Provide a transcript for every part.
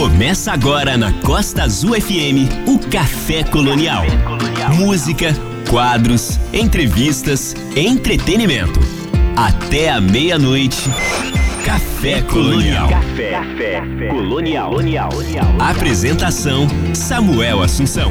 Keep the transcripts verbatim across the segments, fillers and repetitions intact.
Começa agora na Costa Azul F M, o Café Colonial. Música, quadros, entrevistas, entretenimento. Até a meia-noite. Café Colonial. Café, Café Colonial. Apresentação: Samuel Assunção.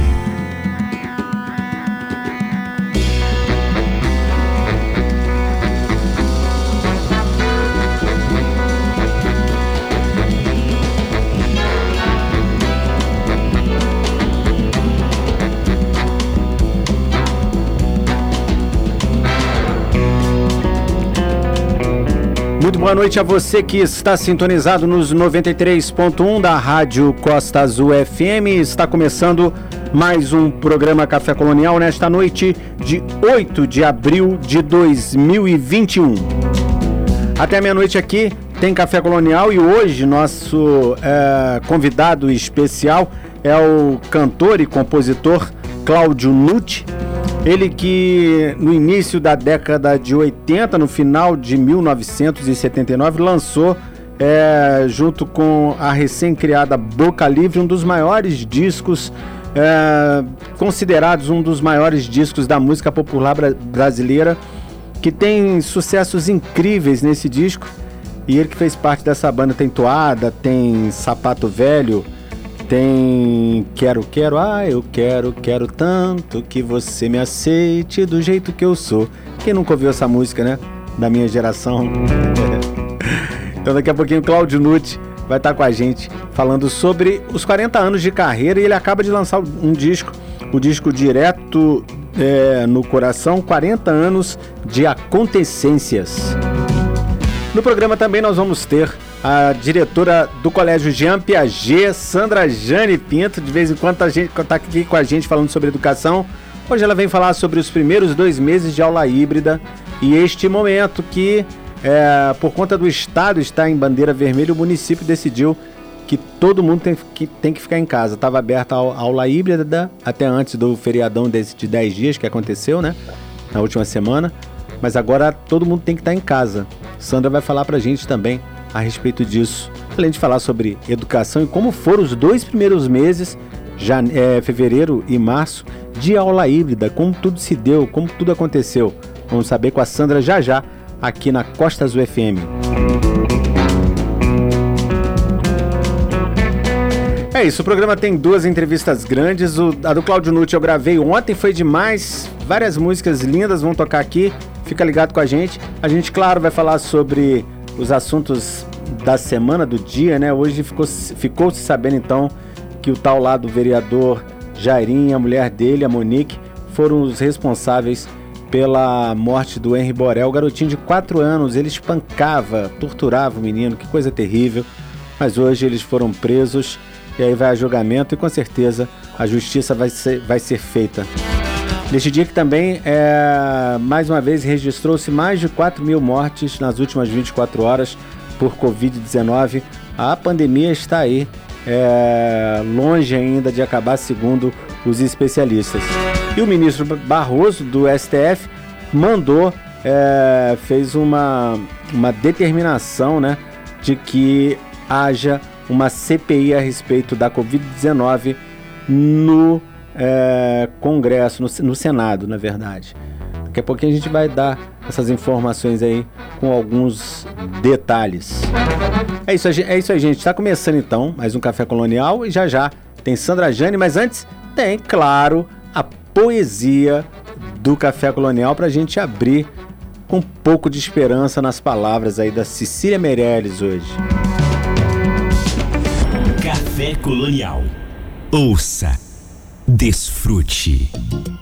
Muito boa noite a você que está sintonizado nos noventa e três ponto um da Rádio Costa Azul F M. Está começando mais um programa Café Colonial nesta noite de oito de abril de dois mil e vinte e um. Até a meia-noite aqui tem Café Colonial e hoje nosso é, convidado especial é o cantor e compositor Cláudio Nutti. Ele que no início da década de oitenta, no final de mil novecentos e setenta e nove, lançou, é, junto com a recém-criada Boca Livre, um dos maiores discos, é, considerados um dos maiores discos da música popular bra- brasileira, que tem sucessos incríveis nesse disco. E ele que fez parte dessa banda tem Toada, tem Sapato Velho, tem Quero, Quero, ah, eu quero, quero tanto que você me aceite do jeito que eu sou. Quem nunca ouviu essa música, né? Da minha geração. Então daqui a pouquinho o Cláudio Nutti vai estar com a gente falando sobre os quarenta anos de carreira, e ele acaba de lançar um disco, o disco Direto é, no Coração, quarenta anos de acontecências. No programa também nós vamos ter a diretora do Colégio Jean Piaget, Sandra Jane Pinto, de vez em quando está aqui com a gente falando sobre educação. Hoje ela vem falar sobre os primeiros dois meses de aula híbrida e este momento que, é, por conta do Estado estar em bandeira vermelha, o município decidiu que todo mundo tem que, tem que ficar em casa. Estava aberta a aula híbrida até antes do feriadão desse, de dez dias que aconteceu, né, na última semana, mas agora todo mundo tem que estar em casa. Sandra vai falar pra gente também a respeito disso, além de falar sobre educação e como foram os dois primeiros meses, já, é, fevereiro e março, de aula híbrida, como tudo se deu, como tudo aconteceu. Vamos saber com a Sandra já já, aqui na Costa Azul F M. É isso, o programa tem duas entrevistas grandes. O, a do Cláudio Nutti eu gravei ontem, foi demais, várias músicas lindas vão tocar aqui, fica ligado com a gente. A gente, claro, vai falar sobre os assuntos da semana, do dia, né? Hoje ficou, ficou se sabendo então que o tal lá do vereador Jairinho, a mulher dele, a Monique, foram os responsáveis pela morte do Henri Borel, o garotinho de quatro anos. Ele espancava, torturava o menino, que coisa terrível. Mas hoje eles foram presos e aí vai a julgamento e com certeza a justiça vai ser, vai ser feita. Neste dia que também, é, mais uma vez, registrou-se mais de quatro mil mortes nas últimas vinte e quatro horas por covid dezenove. A pandemia está aí, é, longe ainda de acabar, segundo os especialistas. E o ministro Barroso, do S T F, mandou, é, fez uma, uma determinação, né, de que haja uma C P I a respeito da covid dezenove no É, Congresso, no, no Senado, na verdade. Daqui a pouquinho a gente vai dar essas informações aí com alguns detalhes. É isso, é isso aí, gente. Está começando então mais um Café Colonial e já já tem Sandra Jane, mas antes tem, claro, a poesia do Café Colonial para a gente abrir com um pouco de esperança nas palavras aí da Cecília Meirelles hoje. Café Colonial. Ouça. Desfrute.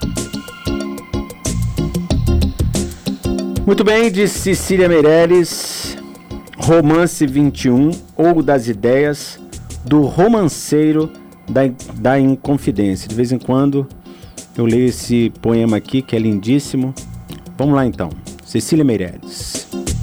Muito bem, de Cecília Meirelles, Romance vinte e um, ou das ideias do romanceiro da, da Inconfidência. De vez em quando eu leio esse poema aqui, que é lindíssimo. Vamos lá então, Cecília Meirelles.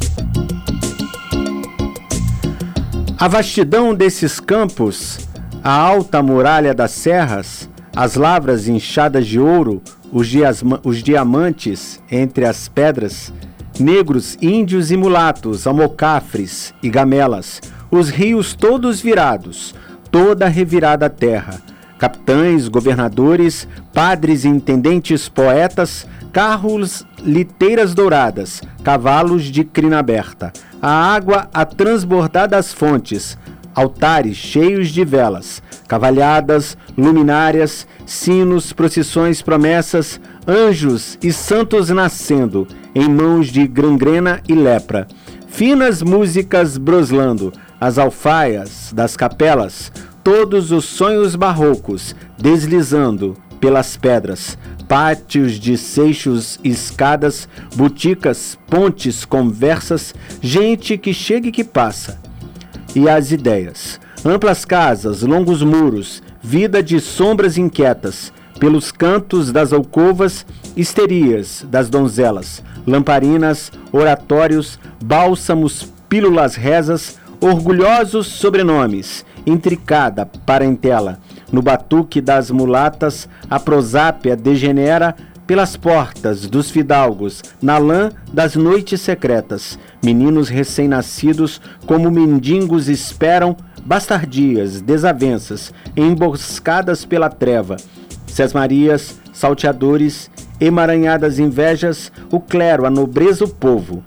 A vastidão desses campos, a alta muralha das serras, as lavras inchadas de ouro, os, dias, os diamantes entre as pedras, negros, índios e mulatos, almocafres e gamelas, os rios todos virados, toda revirada a terra. Capitães, governadores, padres, intendentes, poetas, carros, liteiras douradas, cavalos de crina aberta, a água a transbordar das fontes, altares cheios de velas, cavalhadas, luminárias, sinos, procissões, promessas, anjos e santos nascendo, em mãos de gangrena e lepra, finas músicas broslando, as alfaias das capelas, todos os sonhos barrocos deslizando pelas pedras, pátios de seixos e escadas, boticas, pontes, conversas, gente que chega e que passa. E as ideias, amplas casas, longos muros, vida de sombras inquietas, pelos cantos das alcovas, histerias das donzelas, lamparinas, oratórios, bálsamos, pílulas, rezas, orgulhosos sobrenomes, intricada parentela. No batuque das mulatas, a prosápia degenera pelas portas dos fidalgos, na lã das noites secretas. Meninos recém-nascidos, como mendigos, esperam bastardias, desavenças, emboscadas pela treva. Sesmarias, salteadores, emaranhadas invejas, o clero, a nobreza, o povo.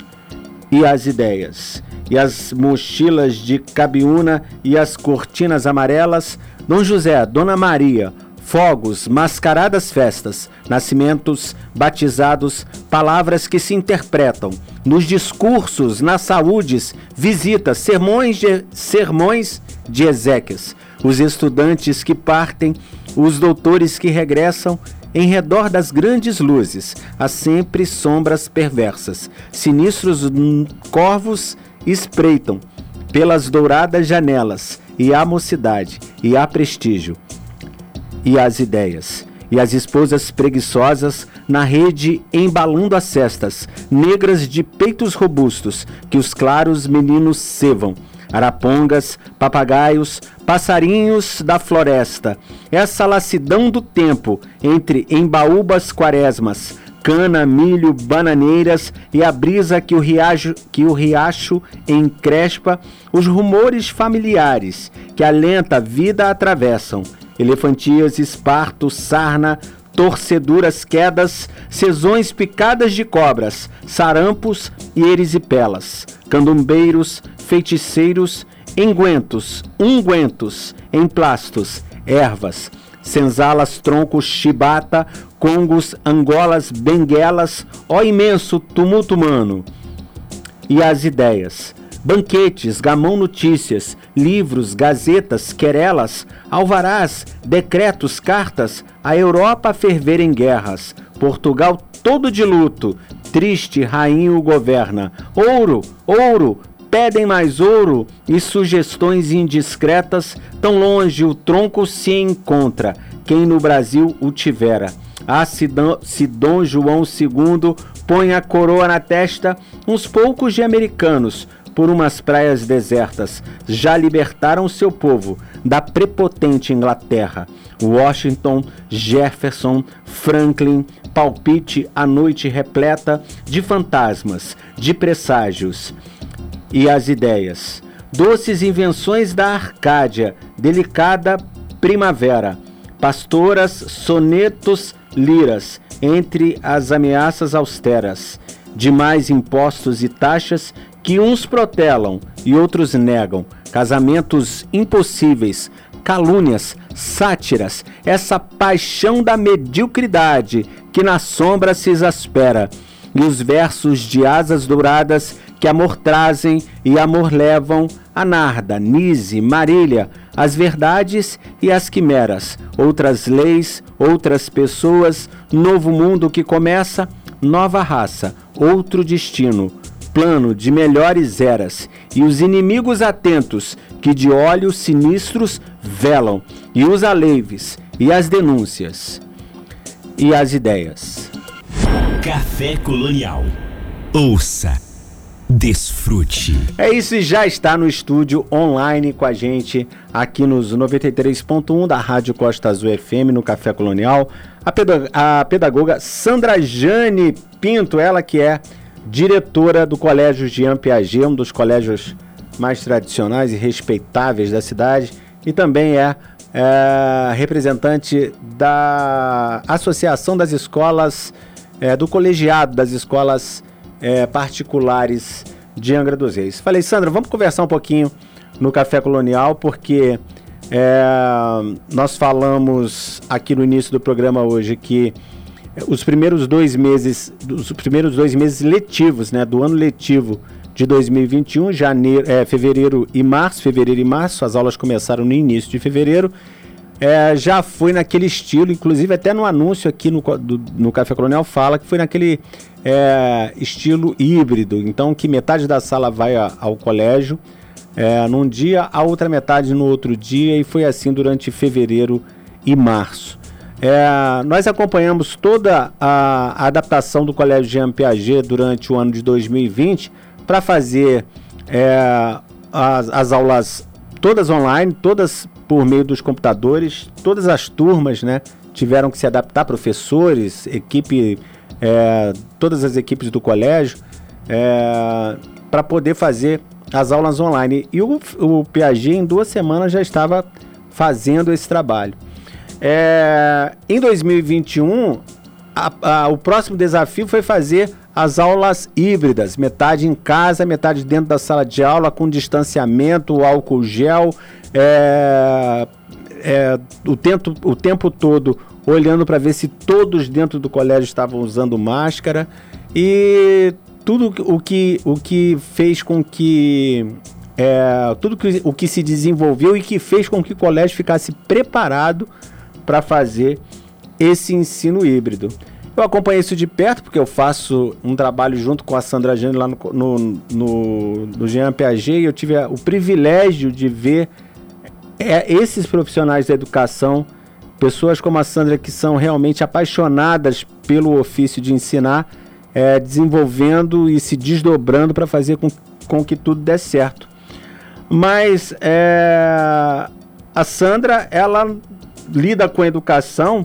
E as ideias, e as mochilas de cabiúna e as cortinas amarelas, Dom José, Dona Maria, fogos, mascaradas festas, nascimentos, batizados, palavras que se interpretam, nos discursos, nas saúdes, visitas, sermões de, sermões de Ezequias, os estudantes que partem, os doutores que regressam, em redor das grandes luzes, há sempre sombras perversas, sinistros corvos espreitam pelas douradas janelas, e há mocidade, e há prestígio, e as ideias, e as esposas preguiçosas na rede embalando as cestas, negras de peitos robustos, que os claros meninos cevam, arapongas, papagaios, passarinhos da floresta, essa lassidão do tempo entre embaúbas quaresmas, cana, milho, bananeiras e a brisa que o riacho, que o riacho encrespa, os rumores familiares que a lenta vida atravessam, elefantias, esparto, sarna, torceduras, quedas, sezões picadas de cobras, sarampos e erisipelas, candombeiros, feiticeiros, engüentos, ungüentos, emplastos, ervas, senzalas, troncos, chibata, congos, angolas, benguelas, ó imenso tumulto humano. E as ideias, banquetes, gamão notícias, livros, gazetas, querelas, alvarás, decretos, cartas, a Europa a ferver em guerras, Portugal todo de luto, triste rainha o governa, ouro, ouro, pedem mais ouro e sugestões indiscretas, tão longe o tronco se encontra, quem no Brasil o tivera. Ah, se, se Dom João segundo põe a coroa na testa, uns poucos de americanos, por umas praias desertas, já libertaram seu povo da prepotente Inglaterra. Washington, Jefferson, Franklin, palpite a noite repleta de fantasmas, de presságios. E as ideias, doces invenções da Arcádia, delicada primavera, pastoras, sonetos, liras, entre as ameaças austeras, de mais impostos e taxas que uns protelam e outros negam, casamentos impossíveis, calúnias, sátiras, essa paixão da mediocridade que na sombra se exaspera, e os versos de asas douradas que amor trazem e amor levam, a narda, Nise, Marília, as verdades e as quimeras, outras leis, outras pessoas, novo mundo que começa, nova raça, outro destino, plano de melhores eras, e os inimigos atentos que de olhos sinistros velam, e os aleives, e as denúncias, e as ideias. Café Colonial. Ouça, desfrute. É isso, e já está no estúdio online com a gente aqui nos noventa e três ponto um da Rádio Costa Azul F M, no Café Colonial, a, pedag- a pedagoga Sandra Jane Pinto, ela que é diretora do Colégio Jean Piaget, um dos colégios mais tradicionais e respeitáveis da cidade, e também é, é representante da Associação das Escolas, é, do Colegiado das Escolas é, Particulares de Angra dos Reis. Falei, Sandra, vamos conversar um pouquinho no Café Colonial, porque é, nós falamos aqui no início do programa hoje que os primeiros dois meses, os primeiros dois meses letivos, né, do ano letivo de dois mil e vinte e um, janeiro, é, fevereiro e março, fevereiro e março, as aulas começaram no início de fevereiro, é, já foi naquele estilo, inclusive até no anúncio aqui no, do, no Café Colonial fala que foi naquele é, estilo híbrido, então que metade da sala vai a, ao colégio é, num dia, a outra metade no outro dia, e foi assim durante fevereiro e março. É, nós acompanhamos toda a, a adaptação do Colégio Jean Piaget durante o ano de dois mil e vinte para fazer é, as, as aulas todas online, todas por meio dos computadores, todas as turmas, né, tiveram que se adaptar, professores, equipe, é, todas as equipes do colégio, é, para poder fazer as aulas online. E o, o Piaget em duas semanas já estava fazendo esse trabalho. É, em dois mil e vinte e um, a, a, o próximo desafio foi fazer as aulas híbridas, metade em casa, metade dentro da sala de aula, com distanciamento, álcool gel, é, é, o, tempo, o tempo todo olhando para ver se todos dentro do colégio estavam usando máscara, e tudo o que, o que fez com que é, tudo que, o que se desenvolveu e que fez com que o colégio ficasse preparado para fazer esse ensino híbrido. Eu acompanhei isso de perto, porque eu faço um trabalho junto com a Sandra Jane lá no, no, no, no Jean Piaget, e eu tive o privilégio de ver é, esses profissionais da educação, pessoas como a Sandra, que são realmente apaixonadas pelo ofício de ensinar, é, desenvolvendo e se desdobrando para fazer com, com que tudo dê certo. Mas é, a Sandra, ela lida com a educação,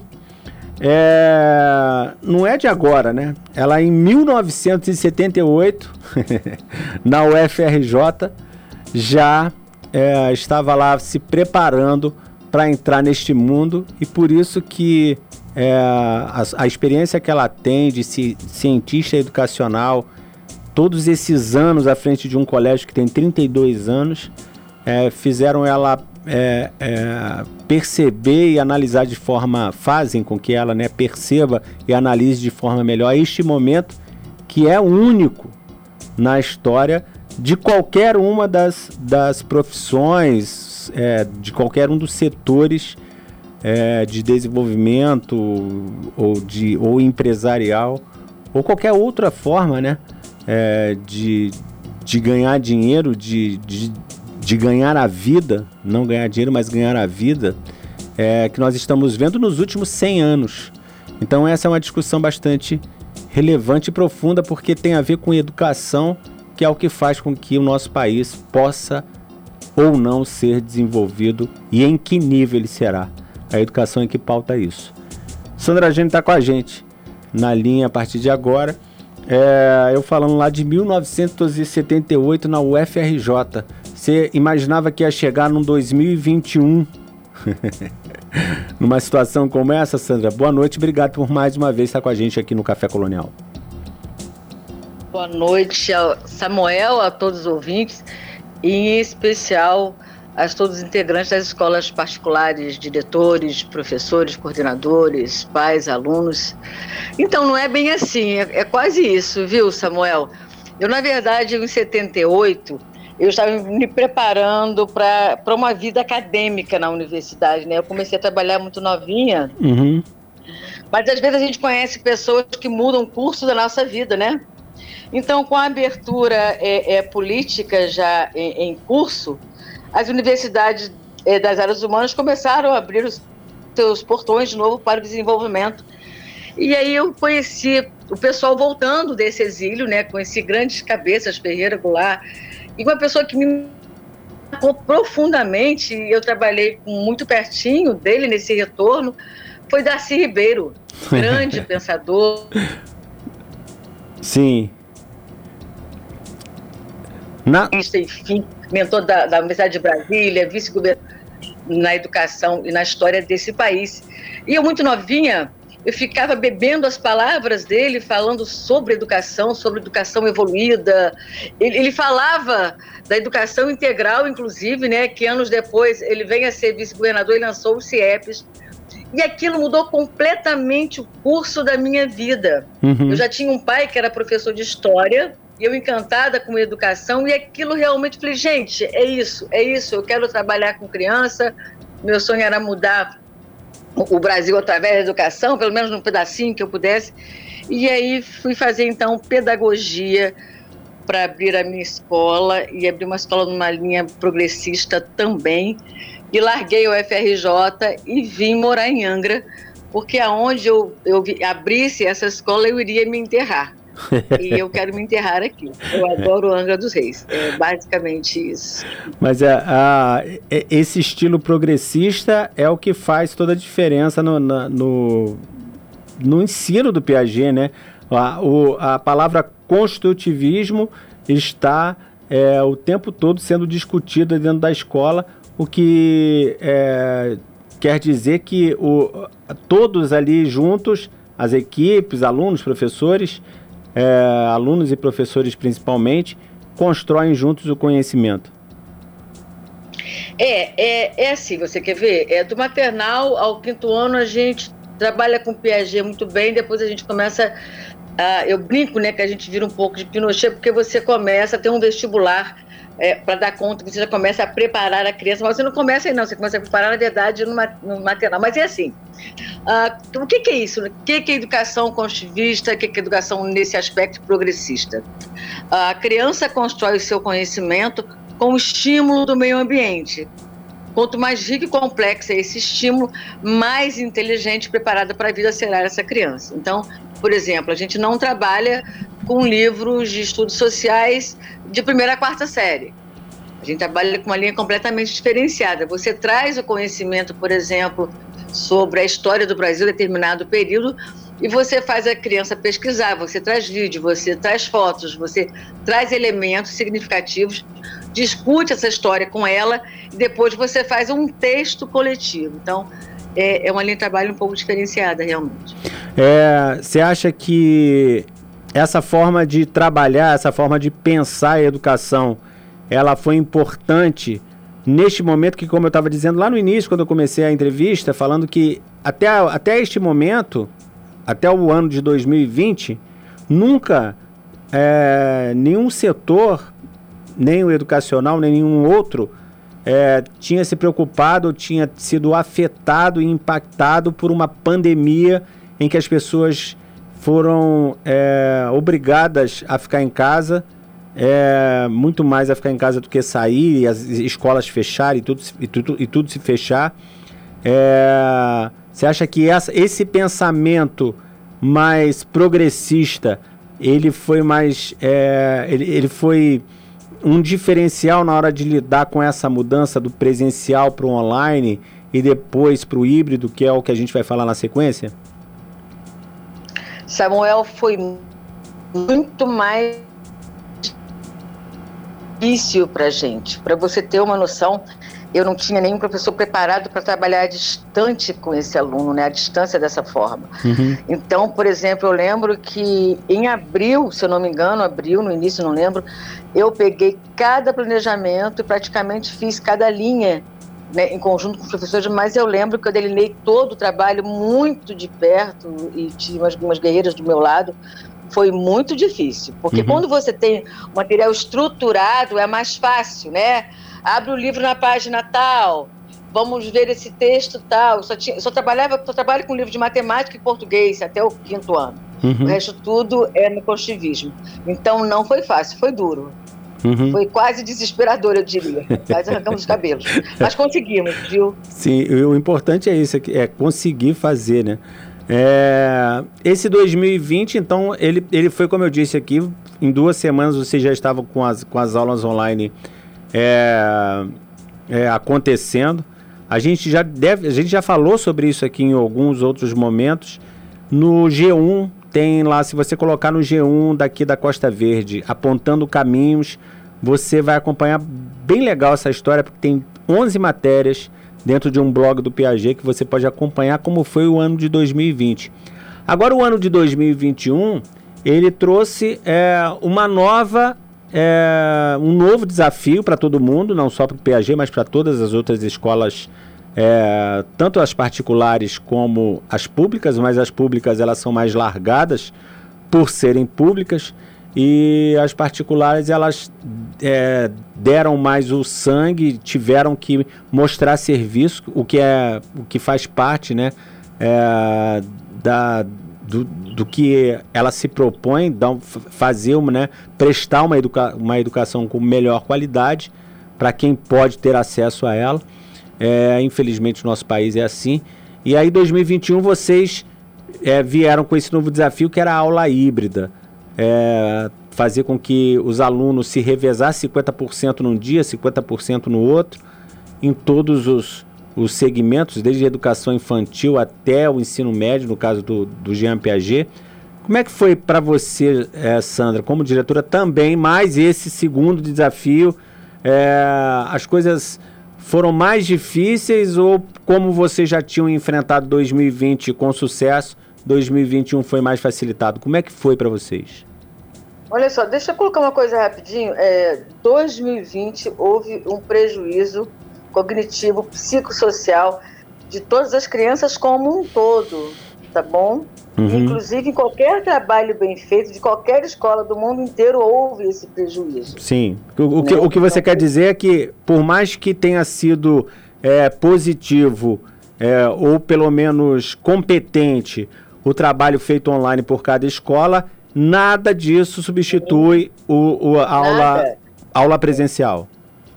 é, não é de agora, né? Ela em mil novecentos e setenta e oito, na U F R J, já é, estava lá se preparando para entrar neste mundo, e por isso que é, a, a experiência que ela tem de ci, cientista educacional, todos esses anos à frente de um colégio que tem trinta e dois anos, é, fizeram ela É, é, perceber e analisar de forma, fazem com que ela, né, perceba e analise de forma melhor este momento, que é único na história de qualquer uma das, das profissões, é, de qualquer um dos setores é, de desenvolvimento ou, de, ou empresarial, ou qualquer outra forma, né, é, de, de ganhar dinheiro, de, de de ganhar a vida, não ganhar dinheiro, mas ganhar a vida, é, que nós estamos vendo nos últimos cem anos. Então essa é uma discussão bastante relevante e profunda, porque tem a ver com educação, que é o que faz com que o nosso país possa ou não ser desenvolvido, e em que nível ele será. A educação é que pauta isso. Sandra Jane está com a gente na linha a partir de agora, é, eu falando lá de mil novecentos e setenta e oito na U F R J. Você imaginava que ia chegar num dois mil e vinte e um numa situação como essa, Sandra? Boa noite, obrigado por mais uma vez estar com a gente aqui no Café Colonial. Boa noite, Samuel, a todos os ouvintes, e em especial a todos os integrantes das escolas particulares, diretores, professores, coordenadores, pais, alunos. Então não é bem assim, é, é quase isso, viu, Samuel? Eu, na verdade, em setenta e oito, eu estava me preparando para uma vida acadêmica na universidade, né? Eu comecei a trabalhar muito novinha, uhum. Mas às vezes a gente conhece pessoas que mudam o curso da nossa vida, né? Então, com a abertura é, é, política já em, em curso, as universidades é, das áreas humanas começaram a abrir os seus portões de novo para o desenvolvimento. E aí eu conheci o pessoal voltando desse exílio, né? Conheci grandes cabeças, Ferreira Goulart, e uma pessoa que me marcou profundamente, e eu trabalhei muito pertinho dele nesse retorno, foi Darcy Ribeiro, grande pensador. Sim. Na... Enfim, mentor da, da Universidade de Brasília, vice-governador. na educação e na história desse país. E eu, muito novinha, eu ficava bebendo as palavras dele, falando sobre educação, sobre educação evoluída. Ele, ele falava da educação integral, inclusive, né, que anos depois ele vem a ser vice-governador e lançou o CIEPS. E aquilo mudou completamente o curso da minha vida. Uhum. Eu já tinha um pai que era professor de história, e eu encantada com a educação, e aquilo realmente, falei, gente, é isso, é isso, eu quero trabalhar com criança, meu sonho era mudar o Brasil através da educação, pelo menos num pedacinho que eu pudesse, e aí fui fazer, então, pedagogia para abrir a minha escola, e abrir uma escola numa linha progressista também, e larguei o F R J e vim morar em Angra, porque aonde eu, eu abrisse essa escola, eu iria me enterrar. E eu quero me enterrar aqui. Eu adoro Angra dos Reis. É basicamente isso. Mas é, a, esse estilo progressista é o que faz toda a diferença no, na, no, no ensino do Piaget, né? A, o, a palavra construtivismo está é, o tempo todo sendo discutida dentro da escola, o que é, quer dizer que o, todos ali juntos, as equipes, alunos, professores, É, alunos e professores principalmente, constroem juntos o conhecimento. É, é, é assim, você quer ver? É, do maternal ao quinto ano a gente trabalha com Piaget muito bem, depois a gente começa, a, eu brinco, né, que a gente vira um pouco de Pinochet, porque você começa a ter um vestibular é, para dar conta, que você já começa a preparar a criança, mas você não começa aí não, você começa a preparar, na verdade, no, no maternal, mas é assim. Uh, o que, que é isso? O que, que é educação construtivista? O que, que é educação nesse aspecto progressista? Uh, a criança constrói o seu conhecimento com o estímulo do meio ambiente. Quanto mais rico e complexo é esse estímulo, mais inteligente e preparada para a vida será essa criança. Então, por exemplo, a gente não trabalha com livros de estudos sociais de primeira a quarta série. A gente trabalha com uma linha completamente diferenciada. Você traz o conhecimento, por exemplo, sobre a história do Brasil em determinado período e você faz a criança pesquisar, você traz vídeo, você traz fotos, você traz elementos significativos, discute essa história com ela e depois você faz um texto coletivo. Então, é, é uma linha de trabalho um pouco diferenciada, realmente. É, você acha que essa forma de trabalhar, essa forma de pensar a educação, ela foi importante neste momento que, como eu estava dizendo lá no início, quando eu comecei a entrevista, falando que até, até este momento, até o ano de dois mil e vinte, nunca é, nenhum setor, nem o educacional, nem nenhum outro, é, tinha se preocupado, tinha sido afetado e impactado por uma pandemia em que as pessoas foram é, obrigadas a ficar em casa, é, muito mais a ficar em casa do que sair, e as escolas fecharem e tudo, e tudo, e tudo se fechar. É, você acha que essa, esse pensamento mais progressista, ele foi mais, é, ele, ele foi um diferencial na hora de lidar com essa mudança do presencial para o online e depois para o híbrido, que é o que a gente vai falar na sequência? Samuel, foi muito mais difícil para a gente. Para você ter uma noção, eu não tinha nenhum professor preparado para trabalhar à distante com esse aluno, né, à distância dessa forma. Uhum. Então, por exemplo, eu lembro que em abril, se eu não me engano, abril, no início, não lembro, eu peguei cada planejamento e praticamente fiz cada linha, né, em conjunto com os professores, mas eu lembro que eu delinei todo o trabalho muito de perto e tinha umas, umas guerreiras do meu lado. Foi muito difícil, porque uhum. quando você tem o material estruturado é mais fácil, né? Abre o livro na página tal, vamos ver esse texto tal. Eu só, tinha, só, trabalhava, só trabalho com livro de matemática e português até o quinto ano. Uhum. O resto tudo é no construtivismo. Então não foi fácil, foi duro. Uhum. Foi quase desesperador, eu diria. Quase arrancamos os cabelos. Mas conseguimos, viu? Sim, o importante é isso, é conseguir fazer, né? É, esse dois mil e vinte, então, ele, ele foi, como eu disse aqui, em duas semanas você já estava com as, com as aulas online é, é, acontecendo. A gente, já deve, a gente já falou sobre isso aqui em alguns outros momentos. No G um, tem lá, se você colocar no G um daqui da Costa Verde, apontando caminhos, você vai acompanhar bem legal essa história, porque tem onze matérias, dentro de um blog do Piaget que você pode acompanhar como foi o ano de dois mil e vinte. Agora o ano de dois mil e vinte e um, ele trouxe é, uma nova, é, um novo desafio para todo mundo, não só para o Piaget, mas para todas as outras escolas, é, tanto as particulares como as públicas, mas as públicas elas são mais largadas por serem públicas, e as particulares elas é, deram mais o sangue, tiveram que mostrar serviço, o que, é, o que faz parte, né, é, da, do, do que ela se propõe, dar, fazer, né, prestar uma, educa, uma educação com melhor qualidade para quem pode ter acesso a ela. É, infelizmente o nosso país é assim. E aí em dois mil e vinte e um vocês é, vieram com esse novo desafio que era a aula híbrida. É, fazer com que os alunos se revezassem cinquenta por cento num dia, cinquenta por cento no outro, em todos os, os segmentos, desde a educação infantil até o ensino médio, no caso do, do Jean Piaget. Como é que foi para você, é, Sandra, como diretora, também mais esse segundo desafio? É, as coisas foram mais difíceis ou, como vocês já tinham enfrentado dois mil e vinte com sucesso, dois mil e vinte e um foi mais facilitado? Como é que foi para vocês? Olha só, deixa eu colocar uma coisa rapidinho. É, dois mil e vinte houve um prejuízo cognitivo, psicossocial de todas as crianças como um todo, tá bom? Uhum. Inclusive, em qualquer trabalho bem feito, de qualquer escola do mundo inteiro, houve esse prejuízo. Sim. O, o, que, o que você quer dizer é que, por mais que tenha sido é, positivo, é, ou pelo menos competente, o trabalho feito online por cada escola, nada disso substitui o, o, a aula, aula presencial.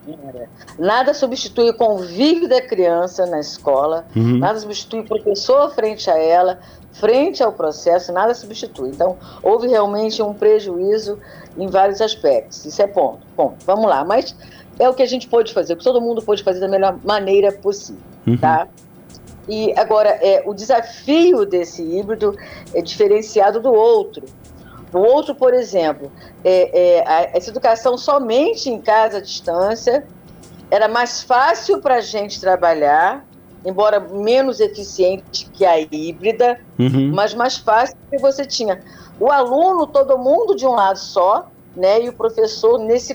Nada substitui o convívio da criança na escola, uhum. nada substitui o professor frente a ela, frente ao processo, nada substitui. Então, houve realmente um prejuízo em vários aspectos. Isso é ponto. Bom, vamos lá. Mas é o que a gente pôde fazer, o que todo mundo pôde fazer da melhor maneira possível, uhum. tá? E agora, é, o desafio desse híbrido é diferenciado do outro. O outro, por exemplo, é, é, a, essa educação somente em casa à distância era mais fácil para a gente trabalhar, embora menos eficiente que a híbrida, uhum. mas mais fácil, porque você tinha o aluno, todo mundo de um lado só, né, e o professor nesse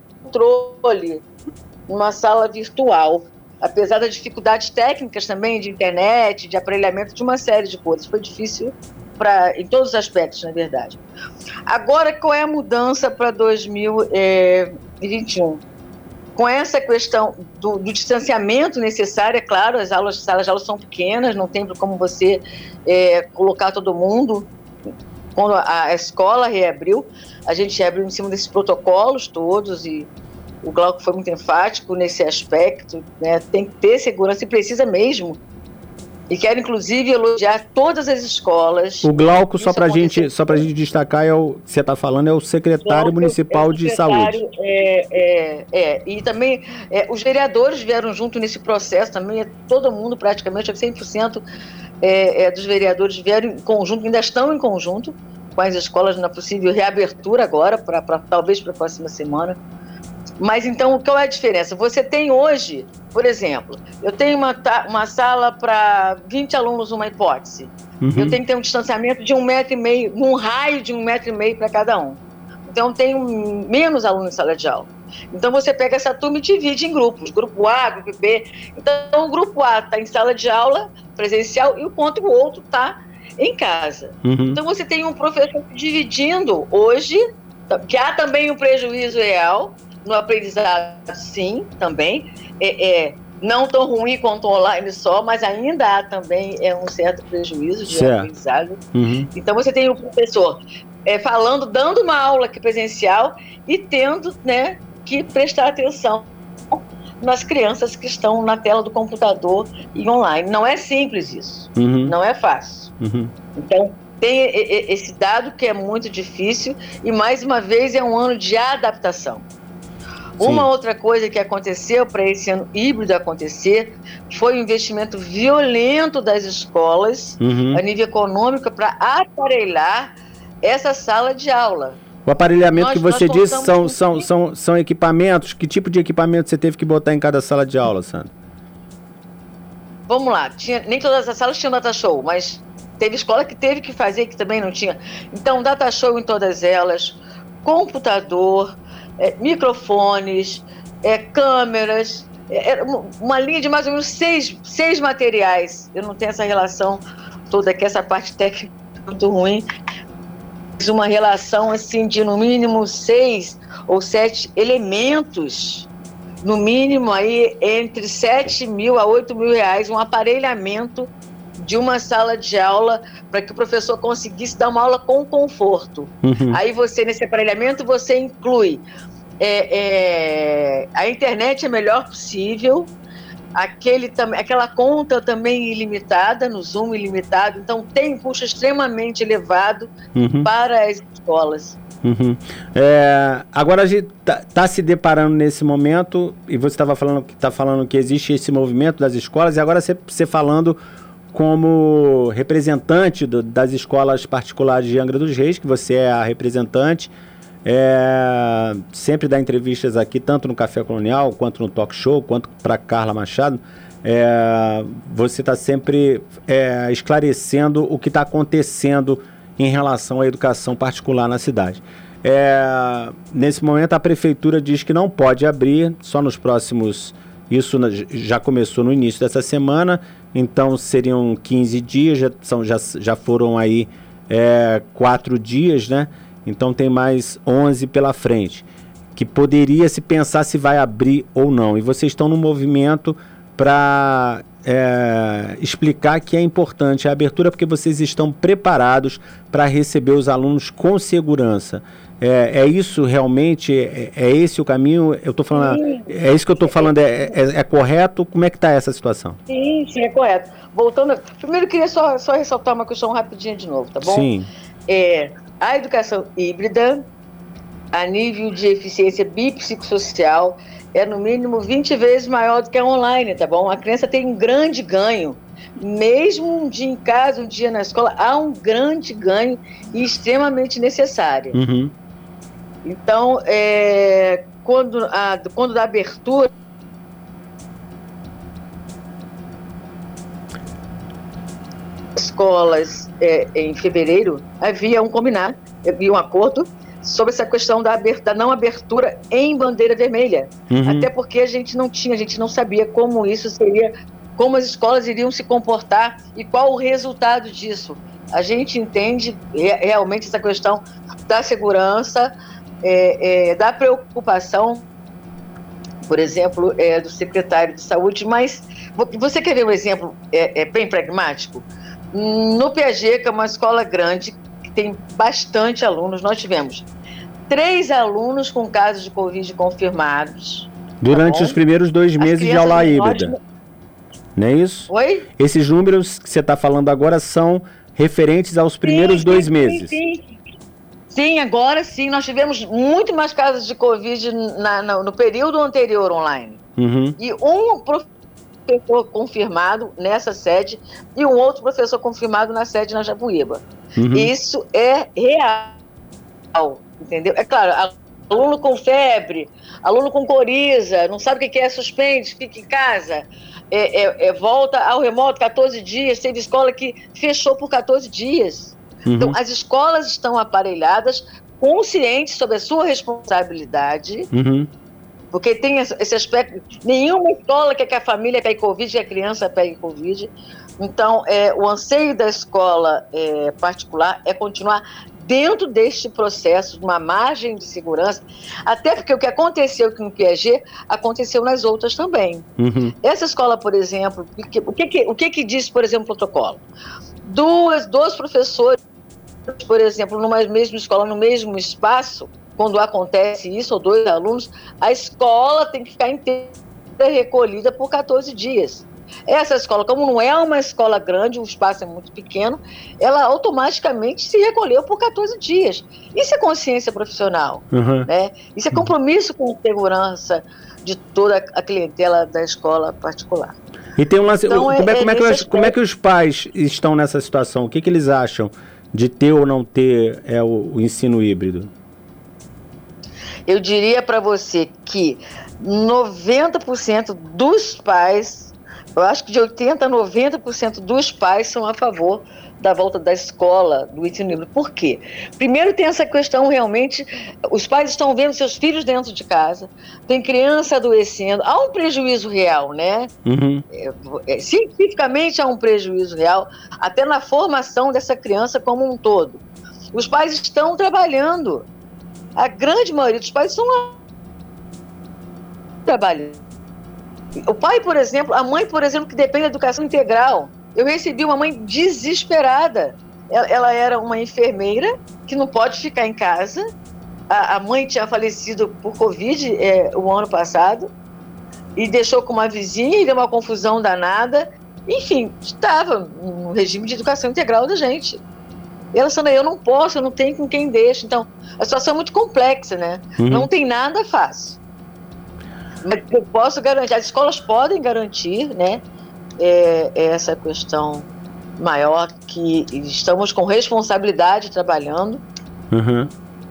controle, numa sala virtual. Apesar das dificuldades técnicas também, de internet, de aparelhamento, de uma série de coisas. Foi difícil pra, em todos os aspectos, na verdade. Agora, qual é a mudança para dois mil e vinte e um? Com essa questão do, do distanciamento necessário, é claro, as aulas, as salas de aula são pequenas, não tem como você é, colocar todo mundo. Quando a, a escola reabriu, a gente reabriu em cima desses protocolos todos, e o Glauco foi muito enfático nesse aspecto, né? Tem que ter segurança, e precisa mesmo. E quero, inclusive, elogiar todas as escolas. O Glauco, só para gente, só para a gente destacar, é o que você está falando, é o secretário Glauco, municipal é o secretário, de saúde. É, é, é. E também é, os vereadores vieram junto nesse processo, também é todo mundo, praticamente, cem por cento é, é, dos vereadores vieram em conjunto, ainda estão em conjunto com as escolas na possível reabertura agora, pra, pra, talvez para a próxima semana. Mas então, qual é a diferença? Você tem hoje, por exemplo, eu tenho uma, uma sala para vinte alunos, uma hipótese. Uhum. Eu tenho que ter um distanciamento de um metro e meio, um raio de um metro e meio para cada um. Então, eu tenho menos alunos em sala de aula. Então, você pega essa turma e divide em grupos, grupo A, grupo B. Então, o grupo A está em sala de aula presencial e o ponto o outro está em casa. Uhum. Então, você tem um professor dividindo hoje, que há também um prejuízo real no aprendizado, sim, também. É, é, não tão ruim quanto online só, mas ainda há também é, um certo prejuízo de certo. aprendizado. Uhum. Então, você tem o professor é, falando, dando uma aula aqui presencial e tendo, né, que prestar atenção nas crianças que estão na tela do computador e online. Não é simples isso, uhum. não é fácil. Uhum. Então, tem esse dado que é muito difícil e, mais uma vez, é um ano de adaptação. Sim. Uma outra coisa que aconteceu para esse ano híbrido acontecer foi o investimento violento das escolas, uhum. a nível econômico, para aparelhar essa sala de aula. O aparelhamento nós, que você disse são, são, são, são equipamentos? Que tipo de equipamento você teve que botar em cada sala de aula, Sandra? vamos lá, tinha, nem todas as salas tinham data show, mas teve escola que teve que fazer, que também não tinha. Então, data show em todas elas, computador, é, microfones, é, câmeras, é, uma linha de mais ou menos seis, seis materiais. Eu não tenho essa relação toda, que essa parte técnica é muito ruim. Uma relação assim de no mínimo seis ou sete elementos, no mínimo aí entre sete mil a oito mil reais, um aparelhamento de uma sala de aula para que o professor conseguisse dar uma aula com conforto. Uhum. Aí você, nesse aparelhamento, você inclui é, é, a internet é melhor possível, aquele, aquela conta também ilimitada, no Zoom ilimitado, então tem um custo extremamente elevado uhum. para as escolas. Uhum. É, agora a gente está tá se deparando nesse momento, e você estava falando, tá falando que existe esse movimento das escolas, e agora você, você falando como representante do, das escolas particulares de Angra dos Reis, que você é a representante, é, sempre dá entrevistas aqui, tanto no Café Colonial, quanto no Talk Show, quanto para Carla Machado. É, você está sempre é, esclarecendo o que está acontecendo em relação à educação particular na cidade. É, nesse momento, a prefeitura diz que não pode abrir, só nos próximos... Isso já começou no início dessa semana, então seriam quinze dias, já, são, já, já foram aí é, quatro dias, né? Então tem mais onze pela frente, que poderia se pensar se vai abrir ou não. E vocês estão no movimento para é, explicar que é importante a abertura, porque vocês estão preparados para receber os alunos com segurança. É, é isso realmente? É, é esse o caminho? Eu tô falando, sim. É isso que eu estou falando, é, é, é correto? Como é que está essa situação? Sim, sim, é correto. Voltando, primeiro eu queria só, só ressaltar uma questão rapidinho de novo, tá bom? Sim. É, a educação híbrida, a nível de eficiência bipsicossocial, é no mínimo vinte vezes maior do que a online, tá bom? A criança tem um grande ganho. Mesmo um dia em casa, um dia na escola, há um grande ganho e extremamente necessário. Uhum. Então, é, quando, a, quando da abertura, escolas é, em fevereiro, havia um combinado, havia um acordo sobre essa questão da, abertura, da não abertura em bandeira vermelha. Uhum. Até porque a gente não tinha, a gente não sabia como isso seria, como as escolas iriam se comportar e qual o resultado disso. A gente entende re, realmente essa questão da segurança, é, é, da preocupação, por exemplo, é, do secretário de saúde, mas você quer ver um exemplo é, é, bem pragmático? No Piaget, que é uma escola grande, que tem bastante alunos, nós tivemos três alunos com casos de Covid confirmados. Durante tá os primeiros dois meses de aula híbrida. Nós... Não é isso? Oi? Esses números que você está falando agora são referentes aos primeiros sim, dois sim, meses. Sim, sim. Sim, agora sim. Nós tivemos muito mais casos de Covid na, na, no período anterior online. Uhum. E um professor confirmado nessa sede e um outro professor confirmado na sede na Japuíba. Uhum. Isso é real, entendeu? É claro, aluno com febre, aluno com coriza, não sabe o que é, suspende, fica em casa, é, é, é, volta ao remoto quatorze dias, teve escola que fechou por quatorze dias. Uhum. Então, as escolas estão aparelhadas, conscientes sobre a sua responsabilidade, uhum. porque tem esse aspecto, nenhuma escola quer que a família pegue Covid, que a criança pegue Covid. Então, é, o anseio da escola é, particular é continuar dentro deste processo, de uma margem de segurança, até porque o que aconteceu aqui no Piaget aconteceu nas outras também. Uhum. Essa escola, por exemplo, o que, o que, o que, que diz, por exemplo, o protocolo? Duas, dois professores, por exemplo, numa mesma escola, no mesmo espaço, quando acontece isso, ou dois alunos, a escola tem que ficar inteira recolhida por quatorze dias. Essa escola, como não é uma escola grande, o espaço é muito pequeno, ela automaticamente se recolheu por quatorze dias. Isso é consciência profissional, uhum. né? Isso é compromisso com a segurança de toda a clientela da escola particular. E tem um lance, então, como, é, é, como, é que os, como é que os pais estão nessa situação? O que, que eles acham de ter ou não ter é, o, o ensino híbrido? Eu diria para você que noventa por cento dos pais Eu acho que de oitenta por cento a noventa por cento dos pais são a favor da volta da escola, do ensino livre. Por quê? Primeiro tem essa questão realmente, os pais estão vendo seus filhos dentro de casa, tem criança adoecendo, há um prejuízo real, né? Uhum. É, é, cientificamente há um prejuízo real, até na formação dessa criança como um todo. Os pais estão trabalhando, a grande maioria dos pais estão lá trabalhando. O pai, por exemplo, a mãe, por exemplo, que depende da educação integral. Eu recebi uma mãe desesperada. Ela, ela era uma enfermeira que não pode ficar em casa. A, a mãe tinha falecido por Covid é, o ano passado e deixou com uma vizinha e deu uma confusão danada. Enfim, estava no regime de educação integral da gente. E ela falou, eu não posso, eu não tenho com quem deixa. Então, a situação é muito complexa, né? Uhum. Não tem nada fácil. Mas eu posso garantir, as escolas podem garantir, né? É, é essa questão maior, que estamos com responsabilidade trabalhando uhum.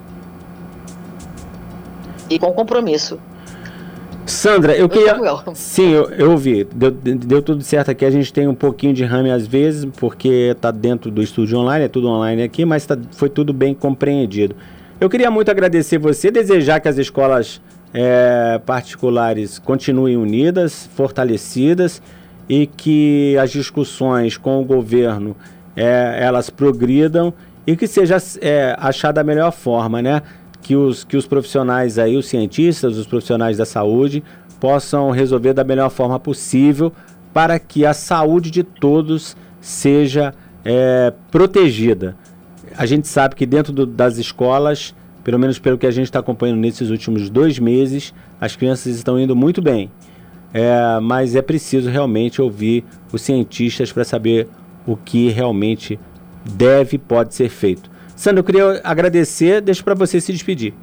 e com compromisso. Sandra, eu queria... Sim, eu, eu ouvi, deu, deu tudo certo aqui, a gente tem um pouquinho de rame às vezes, porque está dentro do estúdio online, é tudo online aqui, mas tá, foi tudo bem compreendido. Eu queria muito agradecer você, desejar que as escolas é, particulares continuem unidas, fortalecidas, e que as discussões com o governo, é, elas progridam e que seja é, achada a melhor forma, né? Que os, que os profissionais aí, os cientistas, os profissionais da saúde, possam resolver da melhor forma possível para que a saúde de todos seja é, protegida. A gente sabe que dentro do, das escolas, pelo menos pelo que a gente está acompanhando nesses últimos dois meses, as crianças estão indo muito bem. É, mas é preciso realmente ouvir os cientistas para saber o que realmente deve e pode ser feito. Sandra, eu queria agradecer, deixo para você se despedir.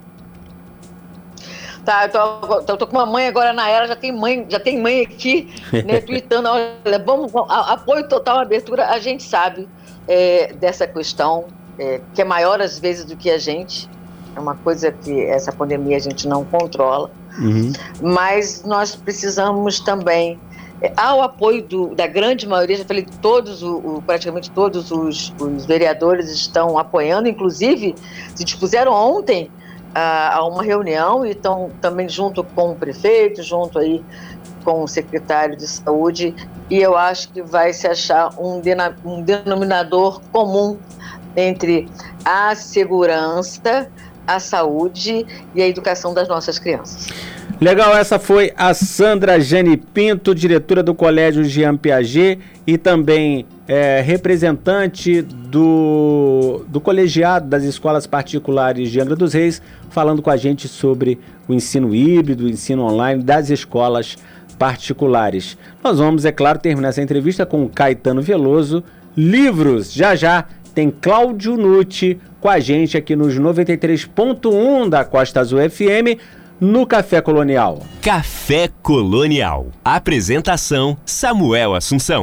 Tá, eu tô, eu tô com uma mãe agora na era, já tem mãe, já tem mãe aqui, né, tweetando, olha, vamos, vamos, apoio total à abertura, a gente sabe é, dessa questão, é, que é maior às vezes do que a gente, é uma coisa que essa pandemia a gente não controla. Uhum. Mas nós precisamos também, é, ao apoio do, da grande maioria, já falei, todos, o, o, praticamente todos os, os vereadores estão apoiando, inclusive se dispuseram ontem a, a uma reunião e estão também junto com o prefeito, junto aí com o secretário de saúde, e eu acho que vai se achar um, dena, um denominador comum entre a segurança, a saúde e a educação das nossas crianças. Legal, essa foi a Sandra Jane Pinto, diretora do Colégio Jean Piaget e também é, representante do, do colegiado das escolas particulares de Angra dos Reis, falando com a gente sobre o ensino híbrido, o ensino online das escolas particulares. Nós vamos, é claro, terminar essa entrevista com o Caetano Veloso. Livros, já já tem Cláudio Nucci com a gente aqui nos noventa e três ponto um da Costa Azul F M, no Café Colonial. Café Colonial. Apresentação, Samuel Assunção.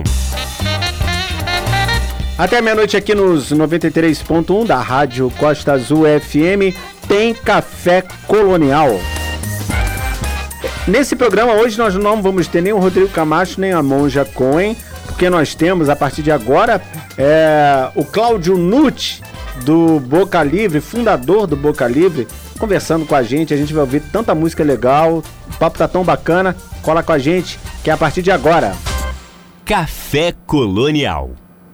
Até meia-noite aqui nos noventa e três ponto um da Rádio Costa Azul F M, tem Café Colonial. Nesse programa hoje nós não vamos ter nem o Rodrigo Camacho, nem a Monja Cohen, porque nós temos, a partir de agora, é, o Cláudio Nucci, do Boca Livre, fundador do Boca Livre, conversando com a gente. A gente vai ouvir tanta música legal, o papo tá tão bacana. Cola com a gente, que é a partir de agora. Café Colonial.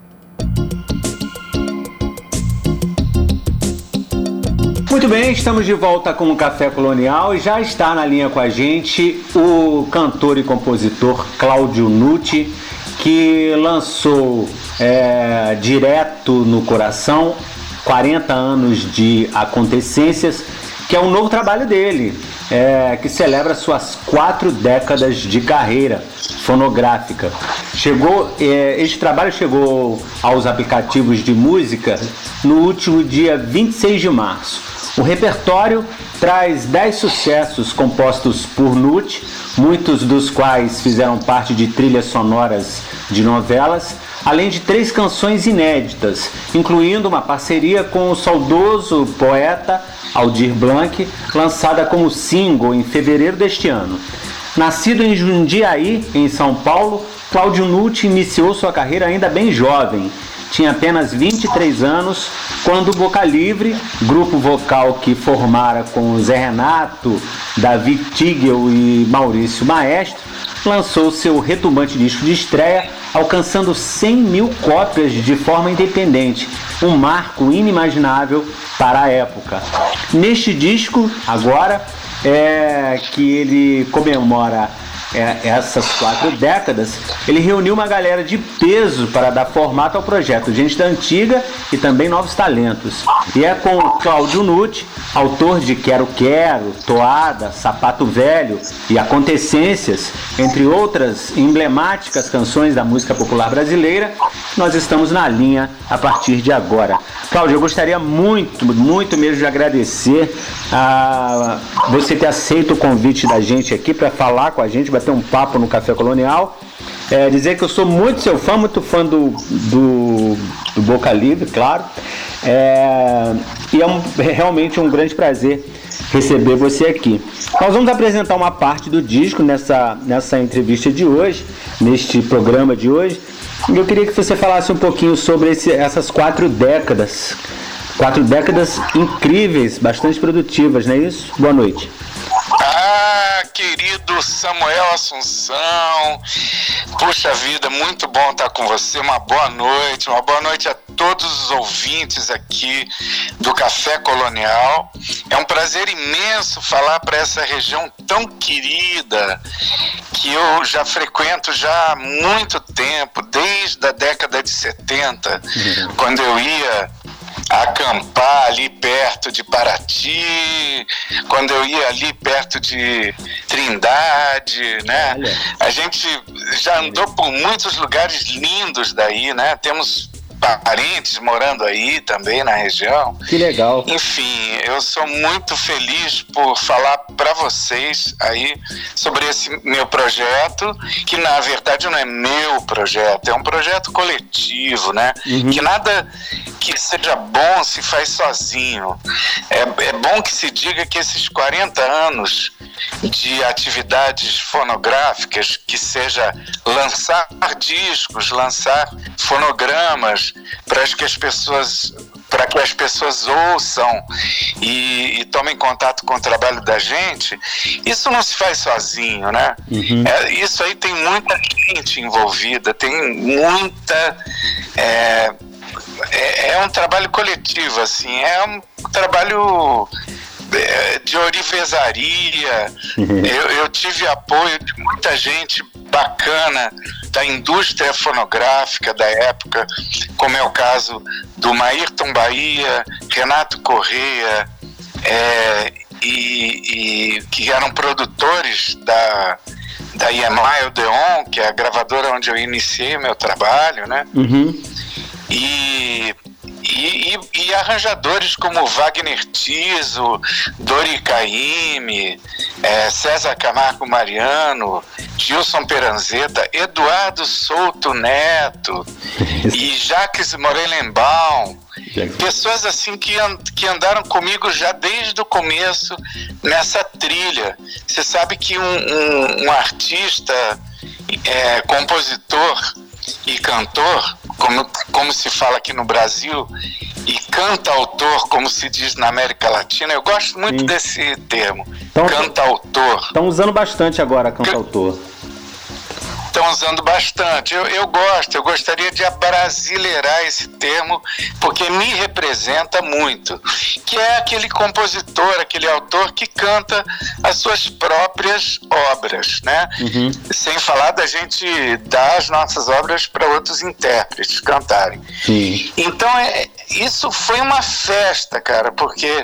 Muito bem, estamos de volta com o Café Colonial e já está na linha com a gente o cantor e compositor Cláudio Nucci, que lançou é, Direto no Coração, quarenta anos de Acontecências, que é um novo trabalho dele, é, que celebra suas quatro décadas de carreira fonográfica. Chegou, é, este trabalho chegou aos aplicativos de música no último dia vinte e seis de março. O repertório traz dez sucessos compostos por Nucci, muitos dos quais fizeram parte de trilhas sonoras de novelas, além de três canções inéditas, incluindo uma parceria com o saudoso poeta Aldir Blanc, lançada como single em fevereiro deste ano. Nascido em Jundiaí, em São Paulo, Cláudio Nutti iniciou sua carreira ainda bem jovem. Tinha apenas vinte e três anos quando o Boca Livre, grupo vocal que formara com Zé Renato, Davi Tigel e Maurício Maestro, lançou seu retumbante disco de estreia, alcançando cem mil cópias de forma independente, um marco inimaginável para a época. Neste disco, agora, é que ele comemora É, essas quatro décadas, ele reuniu uma galera de peso para dar formato ao projeto, gente da antiga e também novos talentos. E é com Cláudio Nutti, autor de Quero Quero, Toada, Sapato Velho e Acontecências, entre outras emblemáticas canções da música popular brasileira, nós estamos na linha a partir de agora. Cláudio, eu gostaria muito, muito mesmo de agradecer a você ter aceito o convite da gente aqui para falar com a gente, bater um papo no Café Colonial. É, dizer que eu sou muito seu fã, muito fã do, do, do Boca Livre, claro. É, e é, um, é realmente um grande prazer receber você aqui. Nós vamos apresentar uma parte do disco nessa, nessa entrevista de hoje, neste programa de hoje. E eu queria que você falasse um pouquinho sobre esse, essas quatro décadas. Quatro décadas incríveis, bastante produtivas, não é isso? Boa noite. Ah, querido Samuel Assunção, puxa vida, muito bom estar com você, uma boa noite, uma boa noite a todos os ouvintes aqui do Café Colonial. É um prazer imenso falar para essa região tão querida, que eu já frequento já há muito tempo, desde a década de setenta, uhum. quando eu ia acampar ali perto de Paraty, quando eu ia ali perto de Trindade, né? Olha. A gente já andou por muitos lugares lindos daí, né? Temos parentes morando aí também na região. Que legal. Enfim, eu sou muito feliz por falar para vocês aí sobre esse meu projeto, que na verdade não é meu projeto, é um projeto coletivo, né? Uhum. Que nada que seja bom se faz sozinho. É, é bom que se diga que esses quarenta anos de atividades fonográficas, que seja lançar discos, lançar fonogramas, para que as pessoas para que as pessoas ouçam e, e tomem contato com o trabalho da gente, isso não se faz sozinho, né? Uhum. É, isso aí tem muita gente envolvida, tem muita... É, é, é um trabalho coletivo, assim, é um trabalho de orivesaria. Uhum. eu, eu tive apoio de muita gente bacana da indústria fonográfica da época, como é o caso do Maírton Bahia, Renato Correia, é, e, e que eram produtores da, da I M I Odeon, que é a gravadora onde eu iniciei meu trabalho, né? Uhum. E E, e, e arranjadores como Wagner Tiso, Dori Caymmi, é, César Camargo Mariano, Gilson Peranzeta, Eduardo Souto Neto e Jacques Morelenbaum, pessoas assim que, que andaram comigo já desde o começo nessa trilha. Você sabe que um, um, um artista, é, compositor e cantor, como, como se fala aqui no Brasil, e canta-autor, como se diz na América Latina, eu gosto muito Sim. desse termo, então, canta-autor. Estão usando bastante agora canta-autor. Estão usando bastante, eu, eu gosto, eu gostaria de abrasileirar esse termo, porque me representa muito, que é aquele compositor, aquele autor que canta as suas próprias obras, né? Uhum. Sem falar da gente dar as nossas obras para outros intérpretes cantarem. Sim. Então, é, isso foi uma festa, cara, porque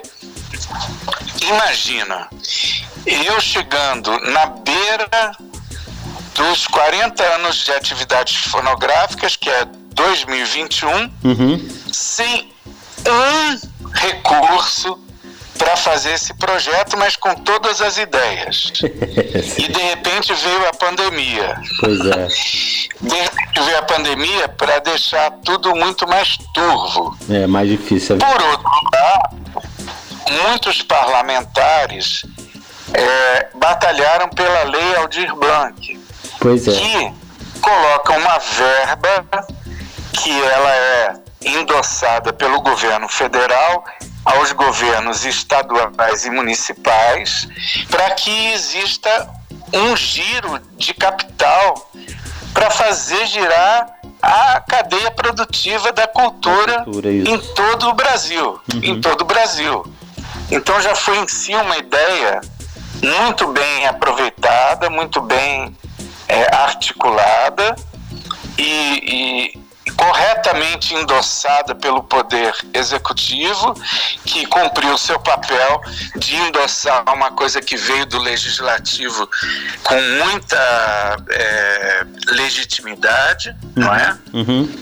imagina, eu chegando na beira dos quarenta anos de atividades fonográficas, que é dois mil e vinte e um, uhum. sem um recurso para fazer esse projeto, mas com todas as ideias. E de repente veio a pandemia. Pois é. De repente veio a pandemia para deixar tudo muito mais turvo. É, mais difícil. Por outro lado, muitos parlamentares é, batalharam pela lei Aldir Blanc. Pois é. Que coloca uma verba que ela é endossada pelo governo federal aos governos estaduais e municipais para que exista um giro de capital para fazer girar a cadeia produtiva da cultura, cultura em todo o Brasil, uhum. em todo o Brasil. Então já foi em si uma ideia muito bem aproveitada, muito bem é, articulada e, e corretamente endossada pelo Poder Executivo, que cumpriu o seu papel de endossar uma coisa que veio do Legislativo com muita é, legitimidade, uhum. não é? Uhum.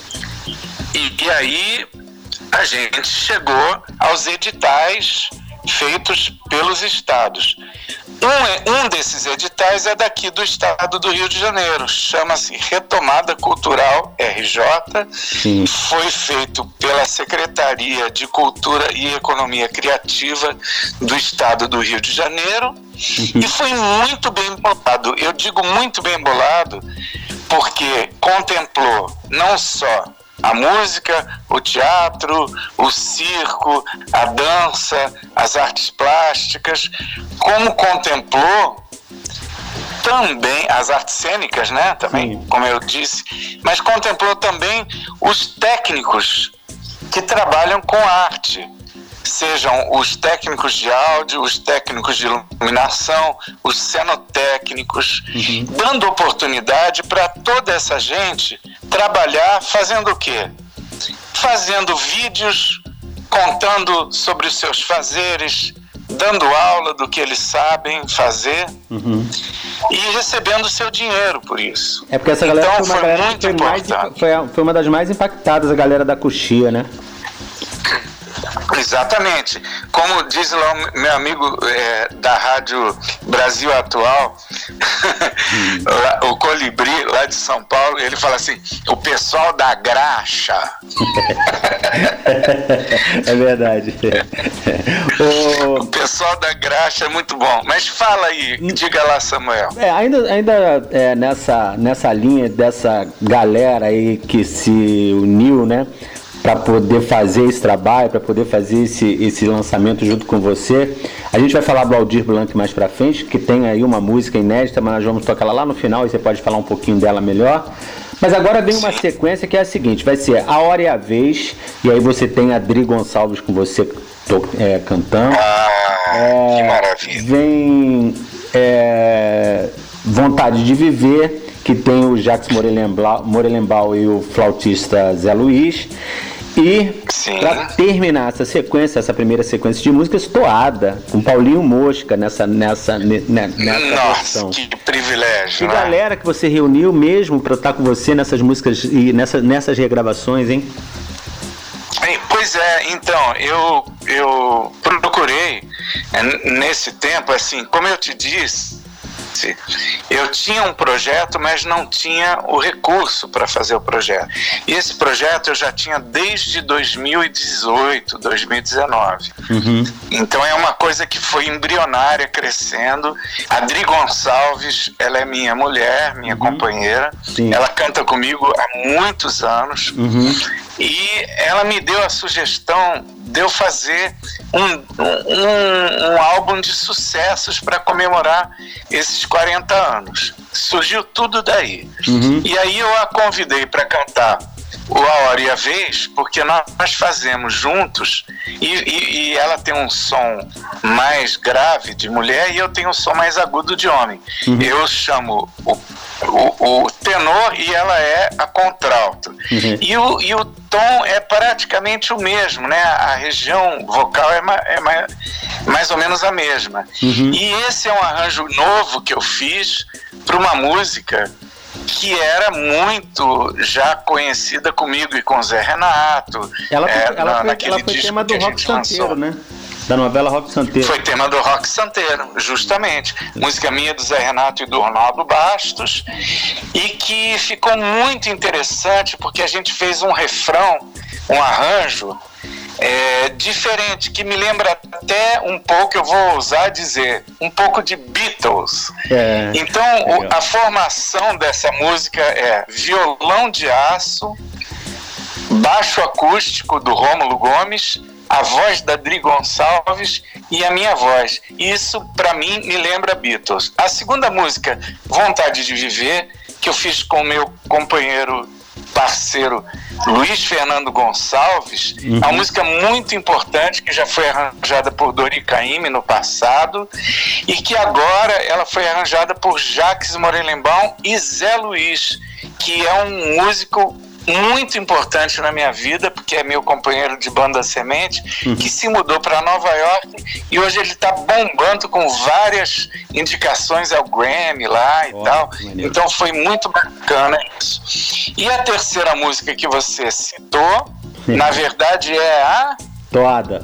E, e aí a gente chegou aos editais feitos pelos estados. Um, um desses editais é daqui do estado do Rio de Janeiro, chama-se Retomada Cultural R J, Sim. foi feito pela Secretaria de Cultura e Economia Criativa do estado do Rio de Janeiro, uhum. e foi muito bem bolado. Eu digo muito bem bolado porque contemplou não só a música, o teatro, o circo, a dança, as artes plásticas, como contemplou também as artes cênicas, né? Também, Sim. como eu disse, mas contemplou também os técnicos que trabalham com arte, sejam os técnicos de áudio, os técnicos de iluminação, os cenotécnicos, uhum. dando oportunidade para toda essa gente trabalhar fazendo o quê? Fazendo vídeos, contando sobre os seus fazeres, dando aula do que eles sabem fazer, uhum. e recebendo seu dinheiro por isso. É porque essa galera então, foi uma galera muito que foi, mais, foi, foi uma das mais impactadas, a galera da coxia, né? Exatamente. Como diz lá o meu amigo é, da Rádio Brasil Atual, hum. lá, o Colibri, lá de São Paulo, ele fala assim, o pessoal da graxa. É verdade. o... o pessoal da graxa é muito bom. Mas fala aí, diga lá, Samuel. É, ainda ainda é, nessa, nessa linha dessa galera aí que se uniu, né? Para poder fazer esse trabalho, para poder fazer esse, esse lançamento junto com você. A gente vai falar do Aldir Blanc mais para frente, que tem aí uma música inédita, mas nós vamos tocar ela lá no final e você pode falar um pouquinho dela melhor. Mas agora vem uma sequência que é a seguinte, vai ser A Hora e a Vez, e aí você tem a Adri Gonçalves com você to, é, cantando. Ah, é, que maravilha. Vem é, Vontade de Viver, que tem o Jacques Morelenbaum e o flautista Zé Luiz. E para terminar essa sequência, essa primeira sequência de músicas, Toada, com Paulinho Mosca nessa nessa nessa Nossa, versão. Que privilégio. Que né? galera que você reuniu mesmo para estar com você nessas músicas e nessa, nessas regravações, hein? Pois é, então, eu, eu procurei nesse tempo, assim, como eu te disse, eu tinha um projeto, mas não tinha o recurso para fazer o projeto. E esse projeto eu já tinha desde dois mil e dezoito, dois mil e dezenove. Uhum. Então é uma coisa que foi embrionária, crescendo. A Adri Gonçalves, ela é minha mulher, minha uhum. companheira. Sim. Ela canta comigo há muitos anos. Uhum. E ela me deu a sugestão de eu fazer um, um, um álbum de sucessos para comemorar esses quarenta anos. Surgiu tudo daí. Uhum. E aí eu a convidei para cantar o A Hora e a Vez, porque nós fazemos juntos, e, e, e ela tem um som mais grave de mulher e eu tenho um som mais agudo de homem. Uhum. Eu chamo o, o, o tenor e ela é a contralto. Uhum. E, o, e o tom é praticamente o mesmo, né? A região vocal é, ma, é ma, mais ou menos a mesma. Uhum. E esse é um arranjo novo que eu fiz para uma música que era muito já conhecida comigo e com Zé Renato. Ela foi, é, ela foi, ela foi tema do Rock Santeiro, né? Da novela Rock Santeiro. Foi tema do Rock Santeiro, justamente. Música minha do Zé Renato e do Ronaldo Bastos. E que ficou muito interessante porque a gente fez um refrão, um arranjo, é, diferente, que me lembra até um pouco, eu vou ousar dizer, um pouco de Beatles. É, então, o, a formação dessa música é violão de aço, baixo acústico do Rômulo Gomes, a voz da Dri Gonçalves e a minha voz. Isso, para mim, me lembra Beatles. A segunda música, Vontade de Viver, que eu fiz com o meu companheiro, parceiro Luiz Fernando Gonçalves, uhum. É uma música muito importante que já foi arranjada por Dori Caymmi no passado e que agora ela foi arranjada por Jacques Morelenbaum e Zé Luiz, que é um músico muito importante na minha vida, porque é meu companheiro de banda Semente, uhum. que se mudou para Nova York e hoje ele está bombando com várias indicações ao Grammy lá e oh, tal. Maneiro. Então foi muito bacana isso. E a terceira música que você citou, Sim. na verdade é a... Toada.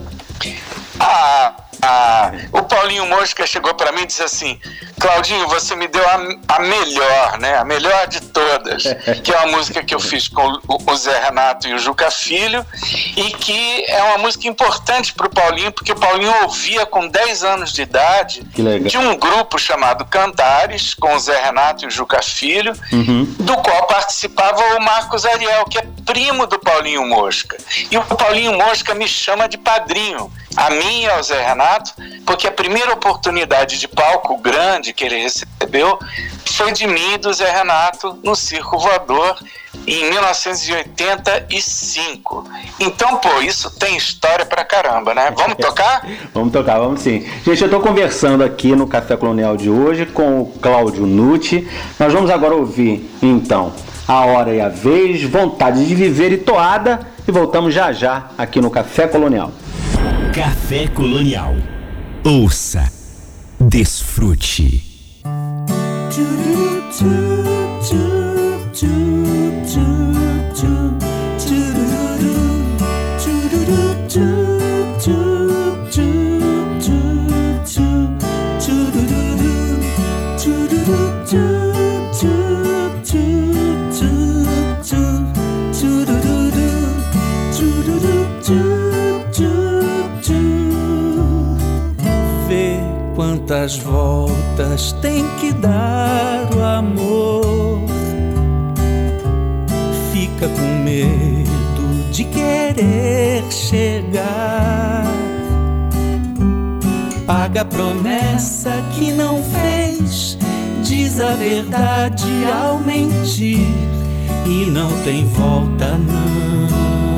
A... Ah, o Paulinho Mosca chegou para mim e disse assim: Claudinho, você me deu a, a melhor, né? A melhor de todas, que é uma música que eu fiz com o, o Zé Renato e o Juca Filho, e que é uma música importante para o Paulinho, porque o Paulinho ouvia com dez anos de idade de um grupo chamado Cantares, com o Zé Renato e o Juca Filho, uhum. do qual participava o Marcos Ariel, que é primo do Paulinho Mosca. E o Paulinho Mosca me chama de padrinho, a mim e ao Zé Renato, porque a primeira oportunidade de palco grande que ele recebeu foi de mim e do Zé Renato no Circo Voador em mil novecentos e oitenta e cinco. Então, pô, isso tem história pra caramba, né? Vamos tocar? Vamos tocar, vamos sim. Gente, eu tô conversando aqui no Café Colonial de hoje com o Cláudio Nucci. Nós vamos agora ouvir, então, A Hora e a Vez, Vontade de Viver e Toada, e voltamos já já aqui no Café Colonial. Café Colonial. Ouça, desfrute. Quantas voltas tem que dar o amor? Fica com medo de querer chegar. Paga a promessa que não fez, diz a verdade ao mentir, e não tem volta não,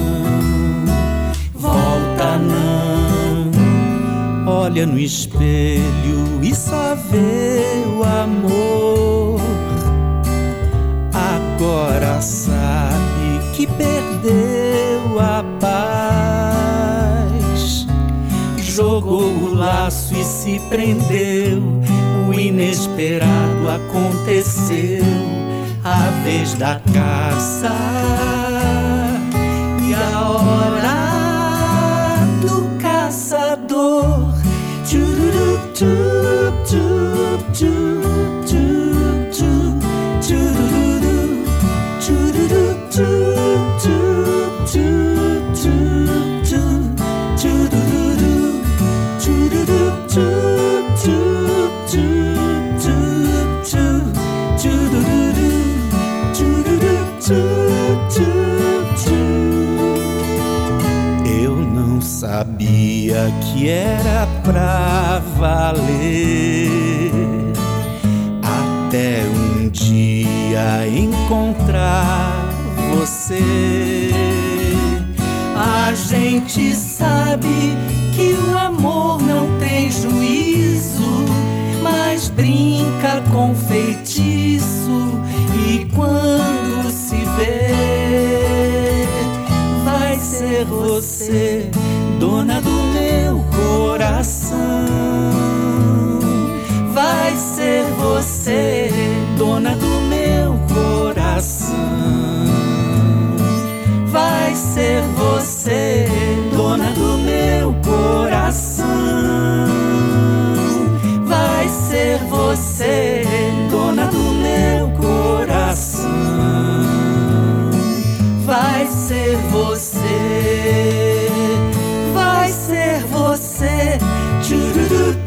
volta não. Olha no espelho e só vê o amor. Agora sabe que perdeu a paz. Jogou o laço e se prendeu. O inesperado aconteceu. A vez da caça e a hora do caçador. Eu não sabia que era pra valer, até um dia encontrar você. A gente sabe que o amor não tem juízo, mas brinca com feitiço, e quando se vê, vai ser você, dona do meu coração. Vai ser você, dona do meu coração. Vai ser você, dona do meu coração. Vai ser você, dona do meu coração. Vai ser você.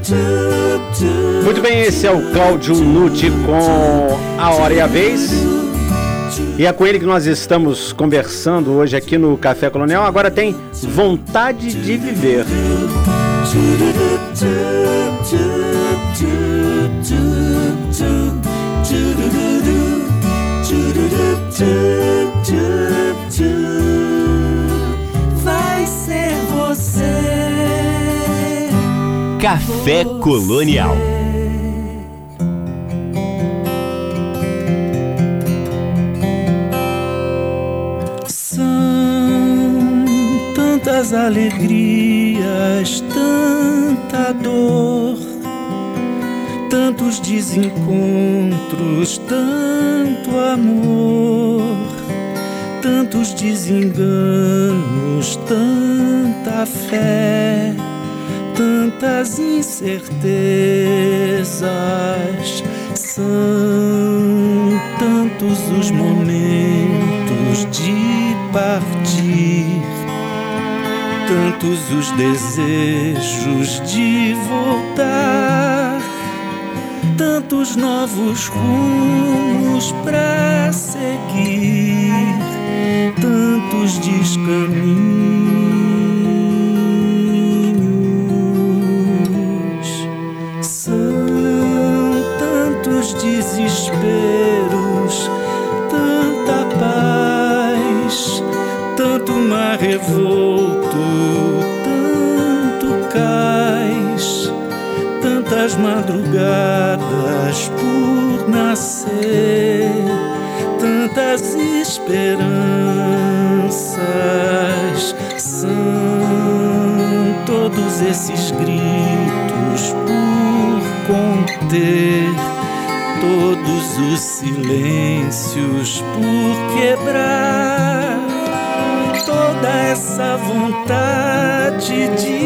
Muito bem, esse é o Cláudio Nutti com A Hora e a Vez. E é com ele que nós estamos conversando hoje aqui no Café Colonial. Agora tem Vontade de Viver. Vai ser você. Café Colonial. São tantas alegrias, tanta dor, tantos desencontros, tanto amor, tantos desenganos, tanta fé, tantas incertezas. São tantos os momentos de partir, tantos os desejos de voltar, tantos novos rumos pra seguir, tantos descaminhos. São tantos desesperos, tanta paz, tanto mar revolto, tanto cais, tantas madrugadas por nascer, tantas esperanças. São todos esses gritos por conter, todos os silêncios por quebrar, toda essa vontade de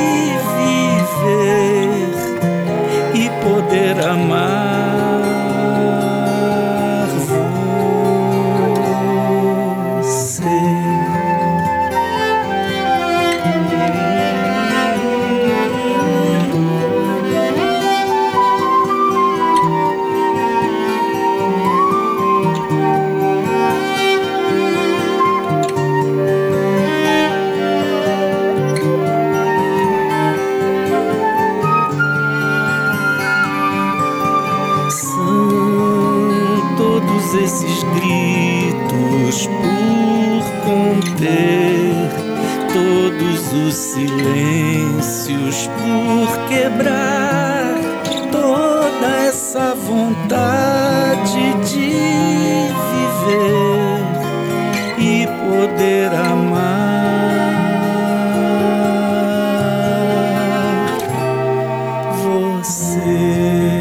viver e poder amar você. Esses gritos por conter, todos os silêncios por quebrar, toda essa vontade de viver e poder amar você.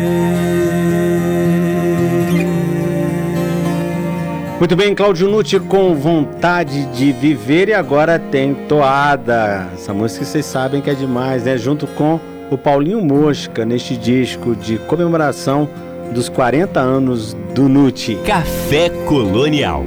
Muito bem, Cláudio Nutti com Vontade de Viver. E agora tem Toada. Essa música vocês sabem que é demais, né? Junto com o Paulinho Mosca, neste disco de comemoração dos quarenta anos do Nutti. Café Colonial.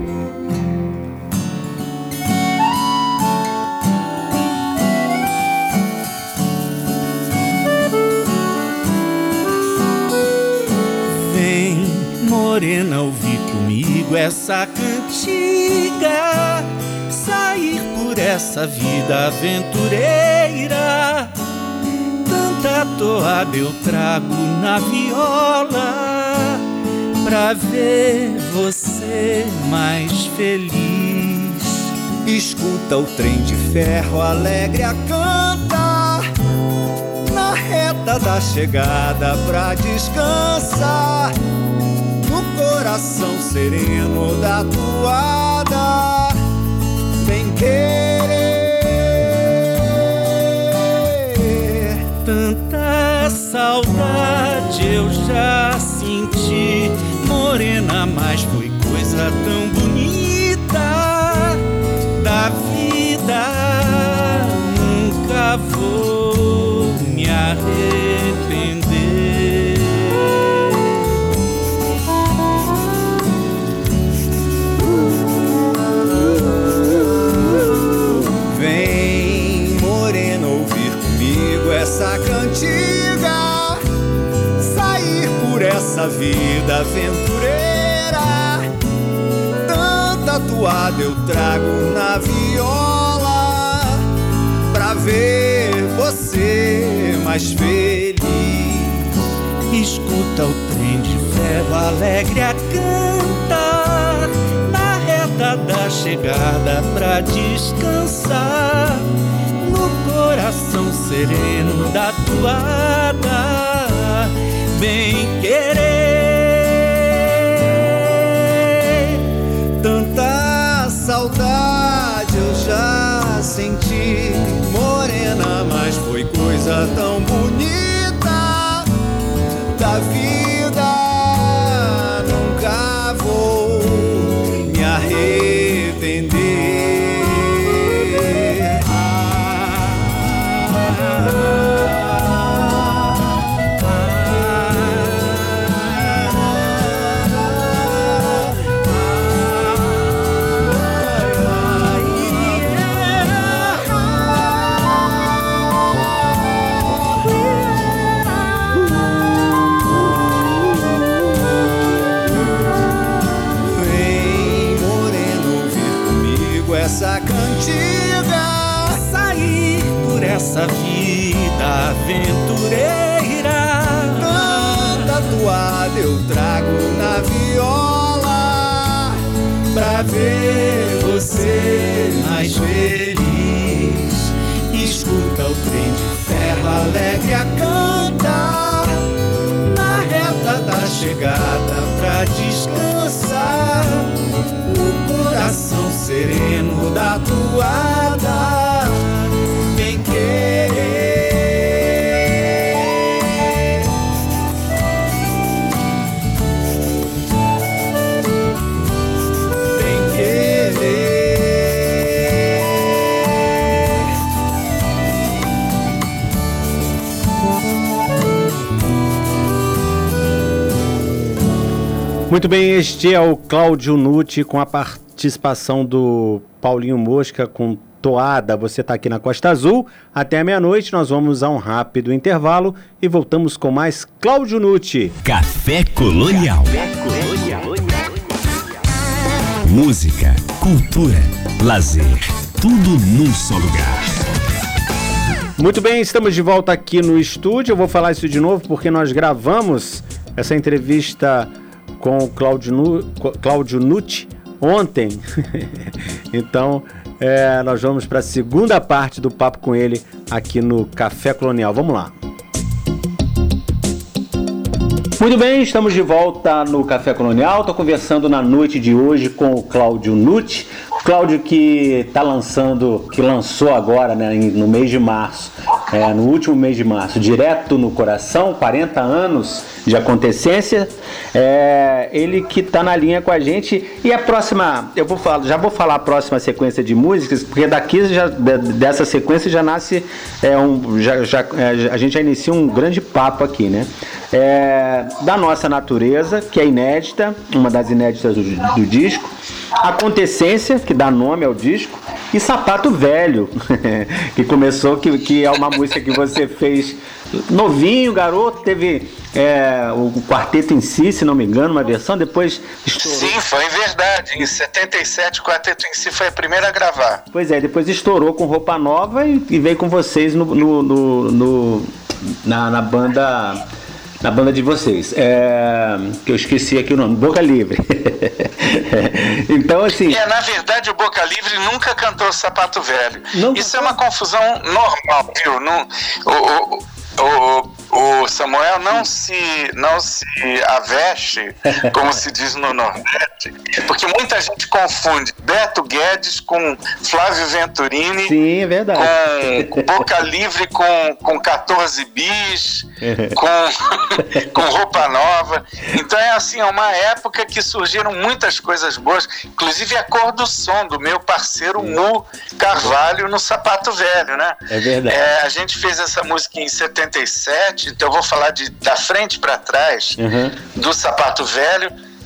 Vem, morena, ouvir comigo essa cantiga, sair por essa vida aventureira. Tanta toada eu trago na viola, pra ver você mais feliz. Escuta o trem de ferro alegre a cantar, na reta da chegada pra descansar, no coração sereno da toada. Vem querer. Tanta saudade eu já senti, morena, mas foi coisa tão bonita da vida. Nunca vou me arrepender. Vem, morena, ouvir comigo essa cantiga, tatuada eu trago na viola pra ver você mais feliz. Escuta o trem de ferro alegre a cantar na reta da chegada pra descansar no coração sereno da toada. Bem querer, tanta saudade eu já senti, morena, mas foi coisa tão bonita da vida. Nunca vou me arrepender. Essa cantiga, sair por essa vida aventureira. Tanta toada eu trago na viola pra ver você mais feliz. Escuta o trem de ferro alegre a cantar na reta da chegada pra descansar no coração sereno da toada. Bem querer, bem querer. Muito bem, este é o Cláudio Nutti com a participação do Paulinho Mosca com Toada. Você está aqui na Costa Azul. Até a meia-noite nós vamos a um rápido intervalo e voltamos com mais Cláudio Nutti. Café Colonial. Café Colonial. Música, cultura, lazer, tudo num só lugar. Muito bem, estamos de volta aqui no estúdio. Eu vou falar isso de novo porque nós gravamos essa entrevista com o Cláudio, nu, Cláudio Nutti ontem. Então, é, nós vamos para a segunda parte do papo com ele aqui no Café Colonial. Vamos lá. Muito bem, estamos de volta no Café Colonial. Estou conversando na noite de hoje com o Cláudio Nutti. O Cláudio que está lançando, que lançou agora, né, no mês de março, é, no último mês de março, Direto no Coração, quarenta anos de acontecência. É, ele que está na linha com a gente. E a próxima, eu vou falar, já vou falar a próxima sequência de músicas, porque daqui já, dessa sequência já nasce, é, um, já, já, é, a gente já inicia um grande papo aqui, né? É, da Nossa Natureza, que é inédita, uma das inéditas do, do disco. Acontecência, que dá nome ao disco, e Sapato Velho, que começou, que, que é uma música que você fez novinho, garoto, teve é, o quarteto em si, se não me engano, uma versão, depois estourou. Sim, foi verdade, em setenta e sete o quarteto em si foi a primeira a gravar. Pois é, depois estourou com Roupa Nova e, e veio com vocês no, no, no, no, na, na banda... Na banda de vocês, é, que eu esqueci aqui o nome, Boca Livre. Então, assim... É, na verdade, o Boca Livre nunca cantou Sapato Velho. Nunca. Isso é uma confusão normal, viu? Não, o, o, o, o Samuel não se, não se aveste, como se diz no Nordeste, porque muita gente confunde Beto Guedes com Flávio Venturini. Sim, é verdade. Com Boca Livre com, com quatorze bis, com, com Roupa Nova. Então é assim, é uma época que surgiram muitas coisas boas, inclusive a cor do som do meu parceiro Mu Carvalho no Sapato Velho, né? É verdade. É, a gente fez essa música em setenta e sete, então eu vou falar de, da frente para trás, uhum, do Sapato Velho.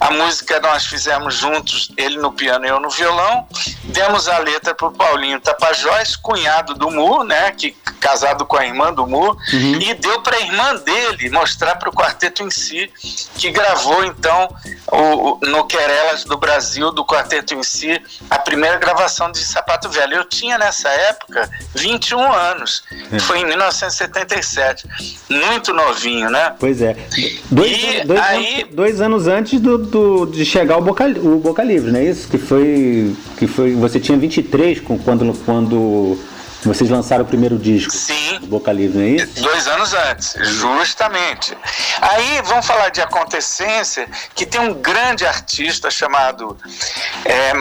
A música nós fizemos juntos, ele no piano e eu no violão. Demos a letra para o Paulinho Tapajós, cunhado do Mu, né, que, casado com a irmã do Mu, uhum. e deu para a irmã dele mostrar para o quarteto em si, que gravou então o, no Querelas do Brasil, do quarteto em si, a primeira gravação de Sapato Velho. Eu tinha nessa época vinte e um anos, é. Foi em mil novecentos e setenta e sete, muito novinho, né? Pois é. Dois, e dois, aí, anos, dois anos antes do, do, de chegar o Boca, o Boca Livre, não é isso? Que foi, que foi, você tinha vinte e três quando, quando vocês lançaram o primeiro disco. Sim. Boca Livre, não é isso? Dois anos antes, justamente. Aí vamos falar de Acontecência, que tem um grande artista chamado, é,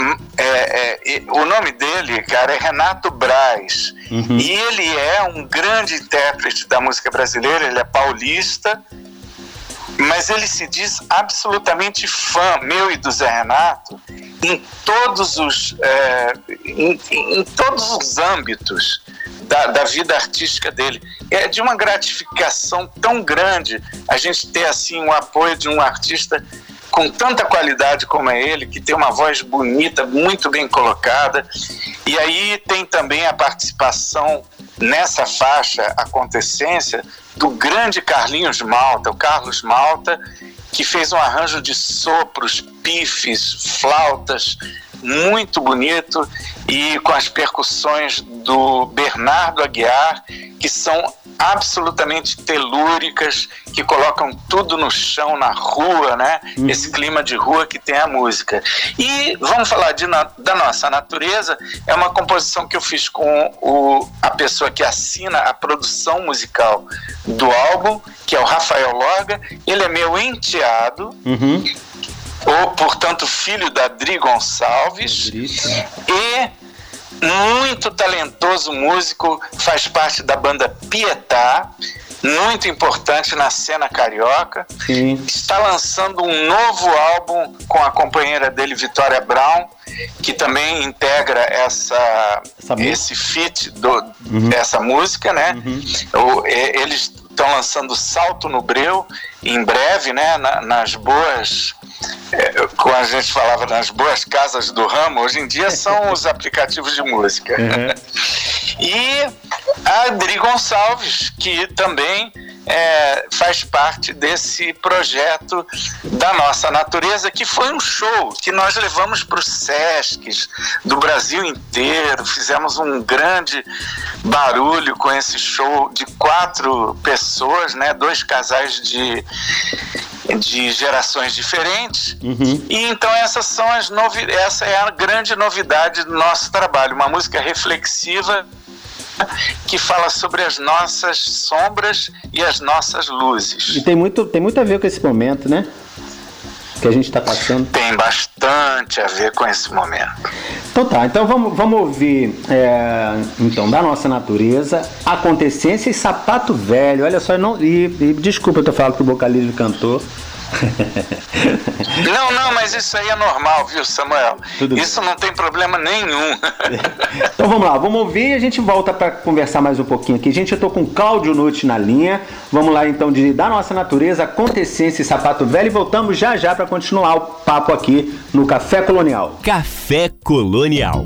é, é, o nome dele, cara, é Renato Braz. Uhum. E ele é um grande intérprete da música brasileira, ele é paulista, mas ele se diz absolutamente fã, meu e do Zé Renato, em todos os, é, em, em todos os âmbitos da, da vida artística dele. É de uma gratificação tão grande a gente ter assim um apoio de um artista com tanta qualidade como é ele, que tem uma voz bonita, muito bem colocada. E aí tem também a participação nessa faixa Acontecência do grande Carlinhos Malta, o Carlos Malta, que fez um arranjo de sopros, pifes, flautas, muito bonito, e com as percussões do Bernardo Aguiar, que são absolutamente telúricas, que colocam tudo no chão, na rua, né? Uhum. Esse clima de rua que tem a música. E vamos falar de, da Nossa Natureza, é uma composição que eu fiz com o, a pessoa que assina a produção musical do álbum, que é o Rafael Lorga. Ele é meu enteado, uhum. ou, portanto, filho da Adri Gonçalves, e muito talentoso músico, faz parte da banda Pietá, muito importante na cena carioca. Sim. Está lançando um novo álbum com a companheira dele, Vitória Brown, que também integra essa, essa esse feat do, uhum. dessa música, né? Uhum. O, eles estão lançando Salto no Breu em breve, né? Na, nas boas... É, como a gente falava, nas boas casas do ramo, hoje em dia são os aplicativos de música. Uhum. E a Adri Gonçalves, que também é, faz parte desse projeto da Nossa Natureza, que foi um show que nós levamos para os Sescs do Brasil inteiro, fizemos um grande barulho com esse show de quatro pessoas, né, dois casais de de gerações diferentes. Uhum. E então essas são as novi- essa é a grande novidade do nosso trabalho, uma música reflexiva que fala sobre as nossas sombras e as nossas luzes. E tem muito, tem muito a ver com esse momento, né? Que a gente está passando. Tem bastante a ver com esse momento. Então tá, então vamos, vamos ouvir é, então, da Nossa Natureza, Acontecência e Sapato Velho. Olha só, não, e, e desculpa eu ter falado que o Boca Livre cantou. Não, não, mas isso aí é normal, viu, Samuel? Tudo isso bem. Não tem problema nenhum. Então vamos lá, vamos ouvir e a gente volta para conversar mais um pouquinho aqui. Gente, eu tô com Cláudio Nutti na linha. Vamos lá então de Da Nossa Natureza, Acontecência e Sapato Velho, e voltamos já já para continuar o papo aqui no Café Colonial. Café Colonial.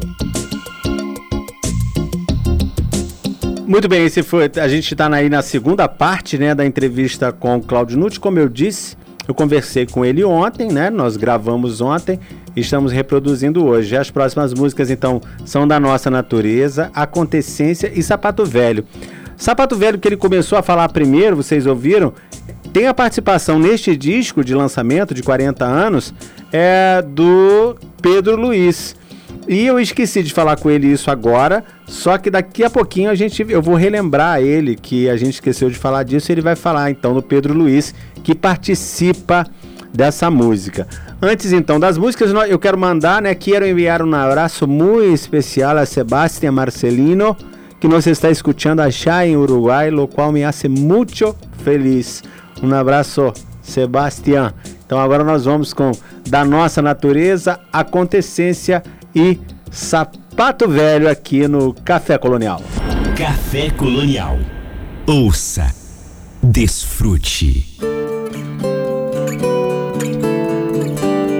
Muito bem, esse foi, a gente está aí na segunda parte, né, da entrevista com o Cláudio Nutti. Como eu disse, eu conversei com ele ontem, né? Nós gravamos ontem e estamos reproduzindo hoje. As próximas músicas, então, são Da Nossa Natureza, Acontecência e Sapato Velho. Sapato Velho, que ele começou a falar primeiro, vocês ouviram, tem a participação neste disco de lançamento de quarenta anos é, do Pedro Luiz. E eu esqueci de falar com ele isso agora, só que daqui a pouquinho a gente, eu vou relembrar ele que a gente esqueceu de falar disso, e ele vai falar então do Pedro Luiz, que participa dessa música. Antes então das músicas, eu quero mandar, né, quero enviar um abraço muito especial a Sebastián Marcelino, que nos está escutando allá em Uruguai, lo qual me hace muito feliz. Um abraço, Sebastián. Então agora nós vamos com Da Nossa Natureza, Acontecência e Sapato Velho aqui no Café Colonial. Café Colonial. Ouça, desfrute.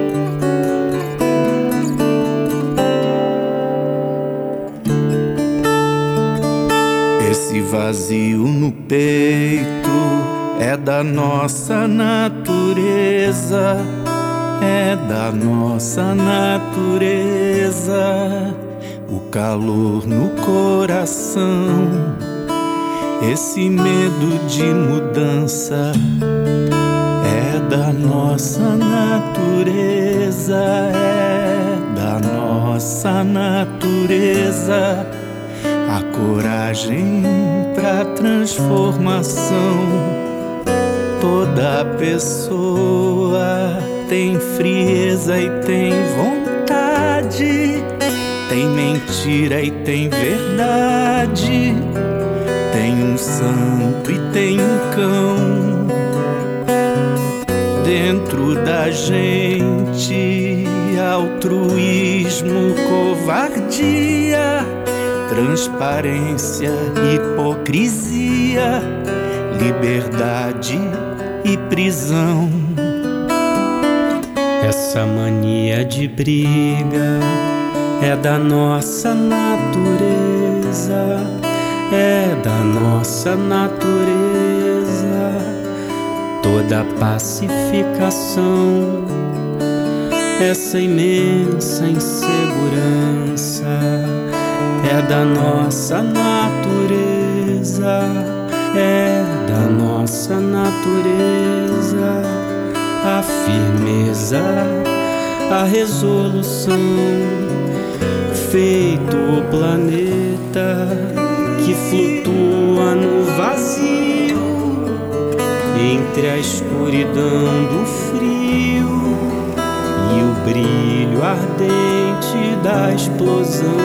vazio no peito é da nossa natureza, é da nossa natureza. O calor no coração, esse medo de mudança, é da nossa natureza, é da nossa natureza. A coragem pra transformação, toda pessoa tem frieza e tem vontade, tem mentira e tem verdade, tem um santo e tem um cão dentro da gente. Altruísmo, covardia, transparência, hipocrisia, liberdade e prisão. Essa mania de briga é da nossa natureza, é da nossa natureza. Toda pacificação, essa imensa insegurança, é da nossa natureza, é da nossa natureza. A firmeza, a resolução, feito o planeta que flutua no vazio, entre a escuridão do frio e o brilho ardente da explosão,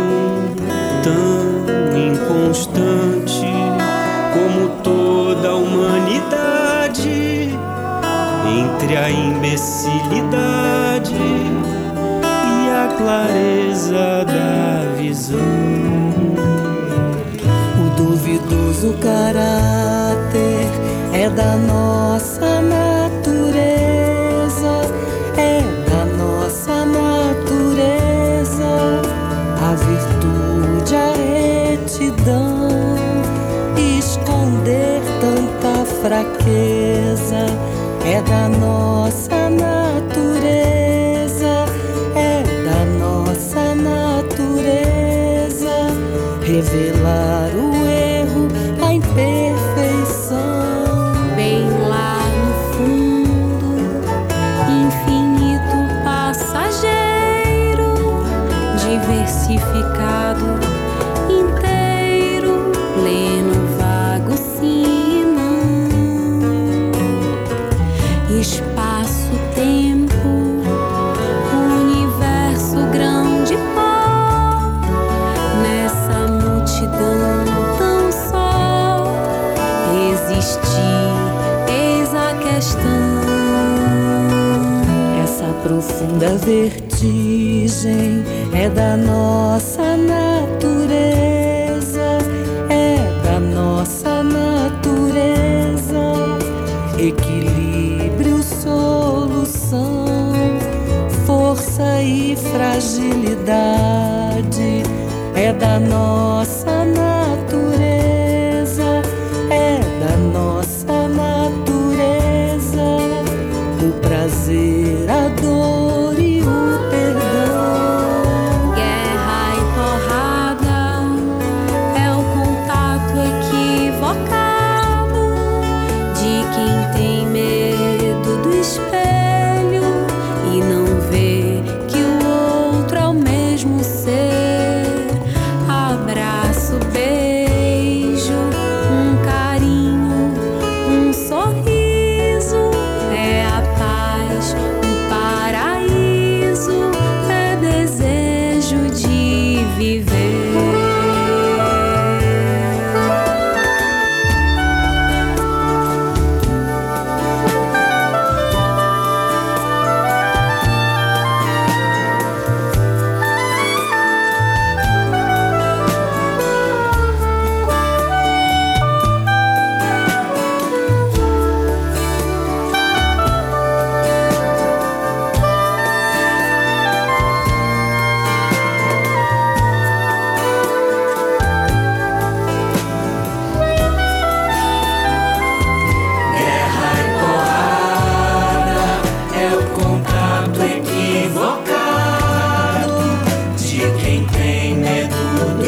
tão inconstante como toda a humanidade, entre a imbecilidade e a clareza da visão. O duvidoso caráter é da nossa natureza, é da nossa natureza. A virtude, a retidão, esconder tanta fraqueza, é da nossa natureza, é da nossa natureza. Revelar o erro, a imperfeição, bem lá no fundo, infinito passageiro, diversificado, inteiro, pleno, vago, sim e não. Espaço, tempo, universo, grão de pó, nessa multidão tão só, existir, eis a questão. Essa profunda vertigem é da nossa natureza, é da nossa natureza. Equilíbrio, solução, força e fragilidade, é da nossa natureza, é da nossa natureza. O prazer, a dor e o perdão, guerra e porrada, é o contato equivocado de quem tem medo do espelho e não vê que o outro é o mesmo ser. Abraço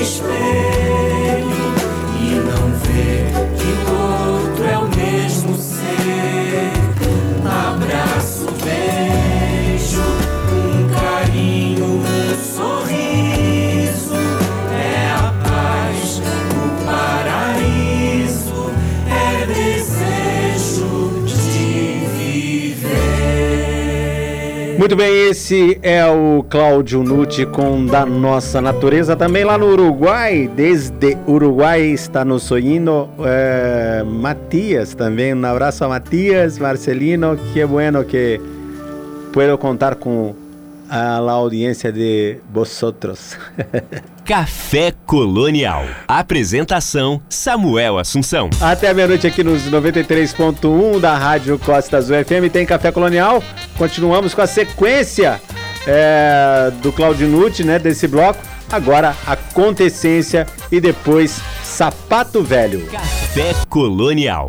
espelho e não vê que o outro é o mesmo ser. Abraço, beijo, um carinho, um sorriso, é a paz, o paraíso, é desejo de viver. Muito bem, esse é o Cláudio Nutti com Da Nossa Natureza. Também lá no Uruguai, desde Uruguai está nos ouvindo é, Matias também. Um abraço a Matias, Marcelino. Que bueno que puedo contar com a la audiência de vosotros. Café Colonial. Apresentação Samuel Assunção. Até a meia-noite aqui nos noventa e três ponto um da Rádio Costa Azul F M tem Café Colonial. Continuamos com a sequência é, do Cláudio Nutti, né, desse bloco. Agora Acontecência e depois Sapato Velho. Café Colonial.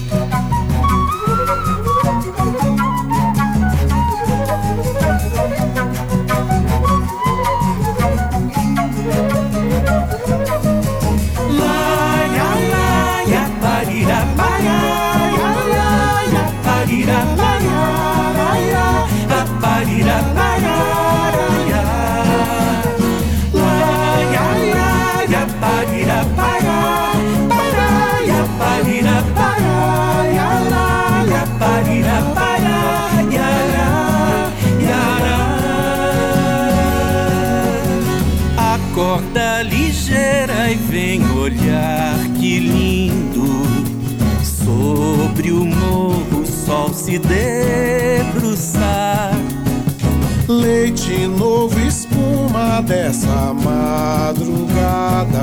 Acorda ligeira e vem olhar que lindo. Sobre o morro o sol se debruçar. Leite novo, espuma dessa madrugada.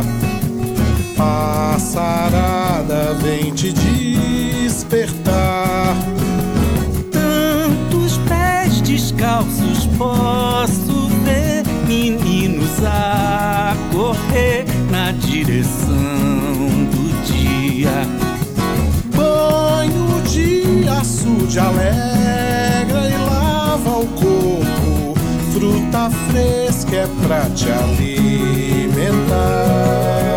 Passarada vem te despertar. Tantos pés descalços posso ver, meninos a correr na direção do dia. Banho de açude alegra e lava o corpo. Fruta fresca é pra te alimentar.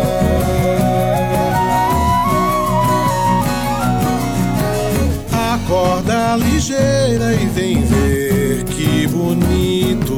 Acorda ligeira e vem ver que bonito.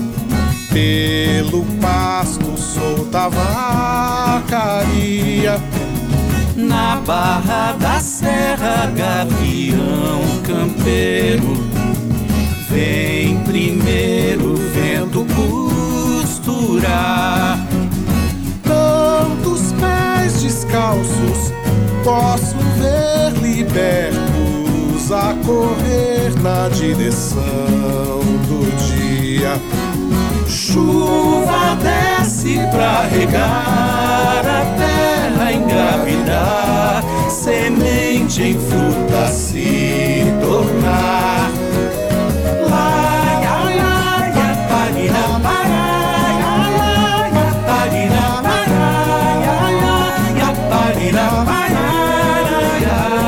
Pelo pasto solta a vacaria. Na barra da serra, gavião campeiro vem primeiro vento costurar. Tantos pés descalços posso ver libertos a correr na direção do dia. Chuva desce pra regar a terra, engravidar, semente em fruta se tornar. Lai, ai, ai, ai, parira, parai, ai, ai, ai, parira, parai, ai, ai, ai, parira, parai,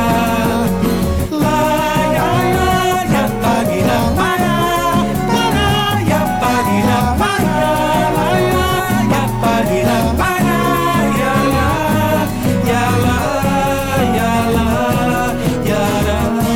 lai, ai, ai, ai, parira, parai, parai, ai, parira, parai, ai, parira, parai, yala, yala, yala.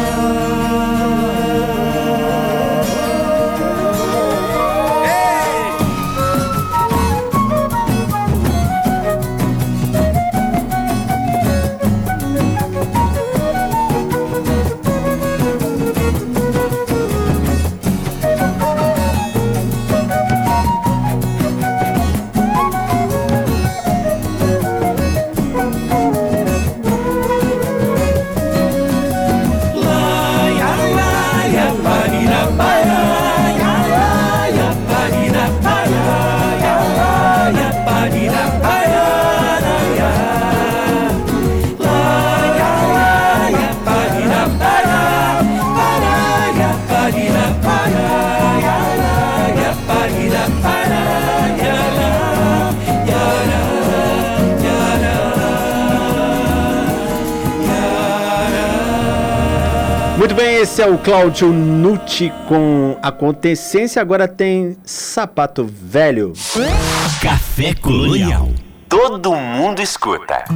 Muito bem, esse é o Cláudio Nutti com Acontecência. Agora tem Sapato Velho. Café Colonial. todo mundo escuta.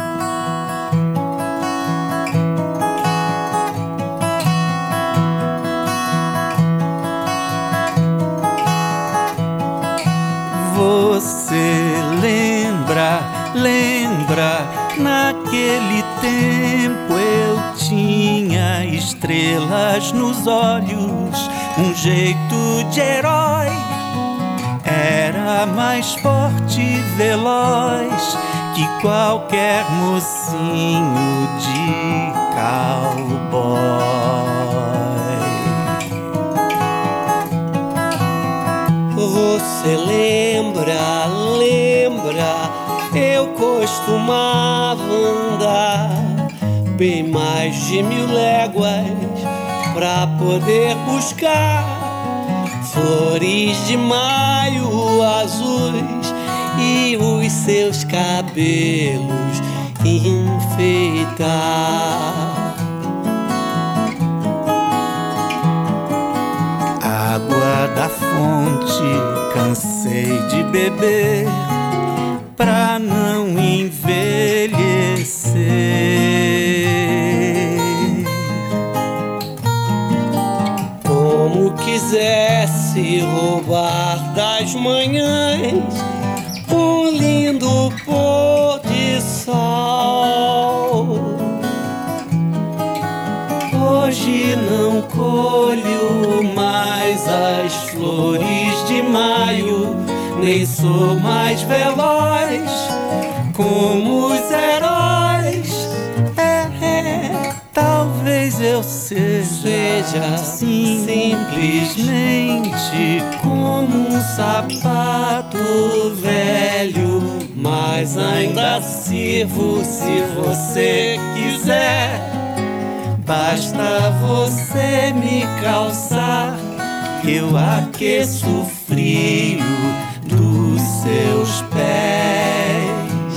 Você lembra, lembra, naquele tempo eu tinha estrelas nos olhos, um jeito de herói, era mais forte e veloz que qualquer mocinho de cowboy. Você lembra, lembra, eu costumava andar bem mais de mil léguas pra poder buscar flores de maio azuis e os seus cabelos enfeitar. Água da fonte cansei de beber pra não envelhecer. Como quisesse roubar das manhãs um lindo pôr de sol. Hoje não colho mais as flores de maio, nem sou mais veloz como os heróis. É, é, talvez eu seja, seja simplesmente como um sapato velho, mas ainda sirvo se você quiser. Basta você me calçar, que eu aqueço o frio dos seus pés.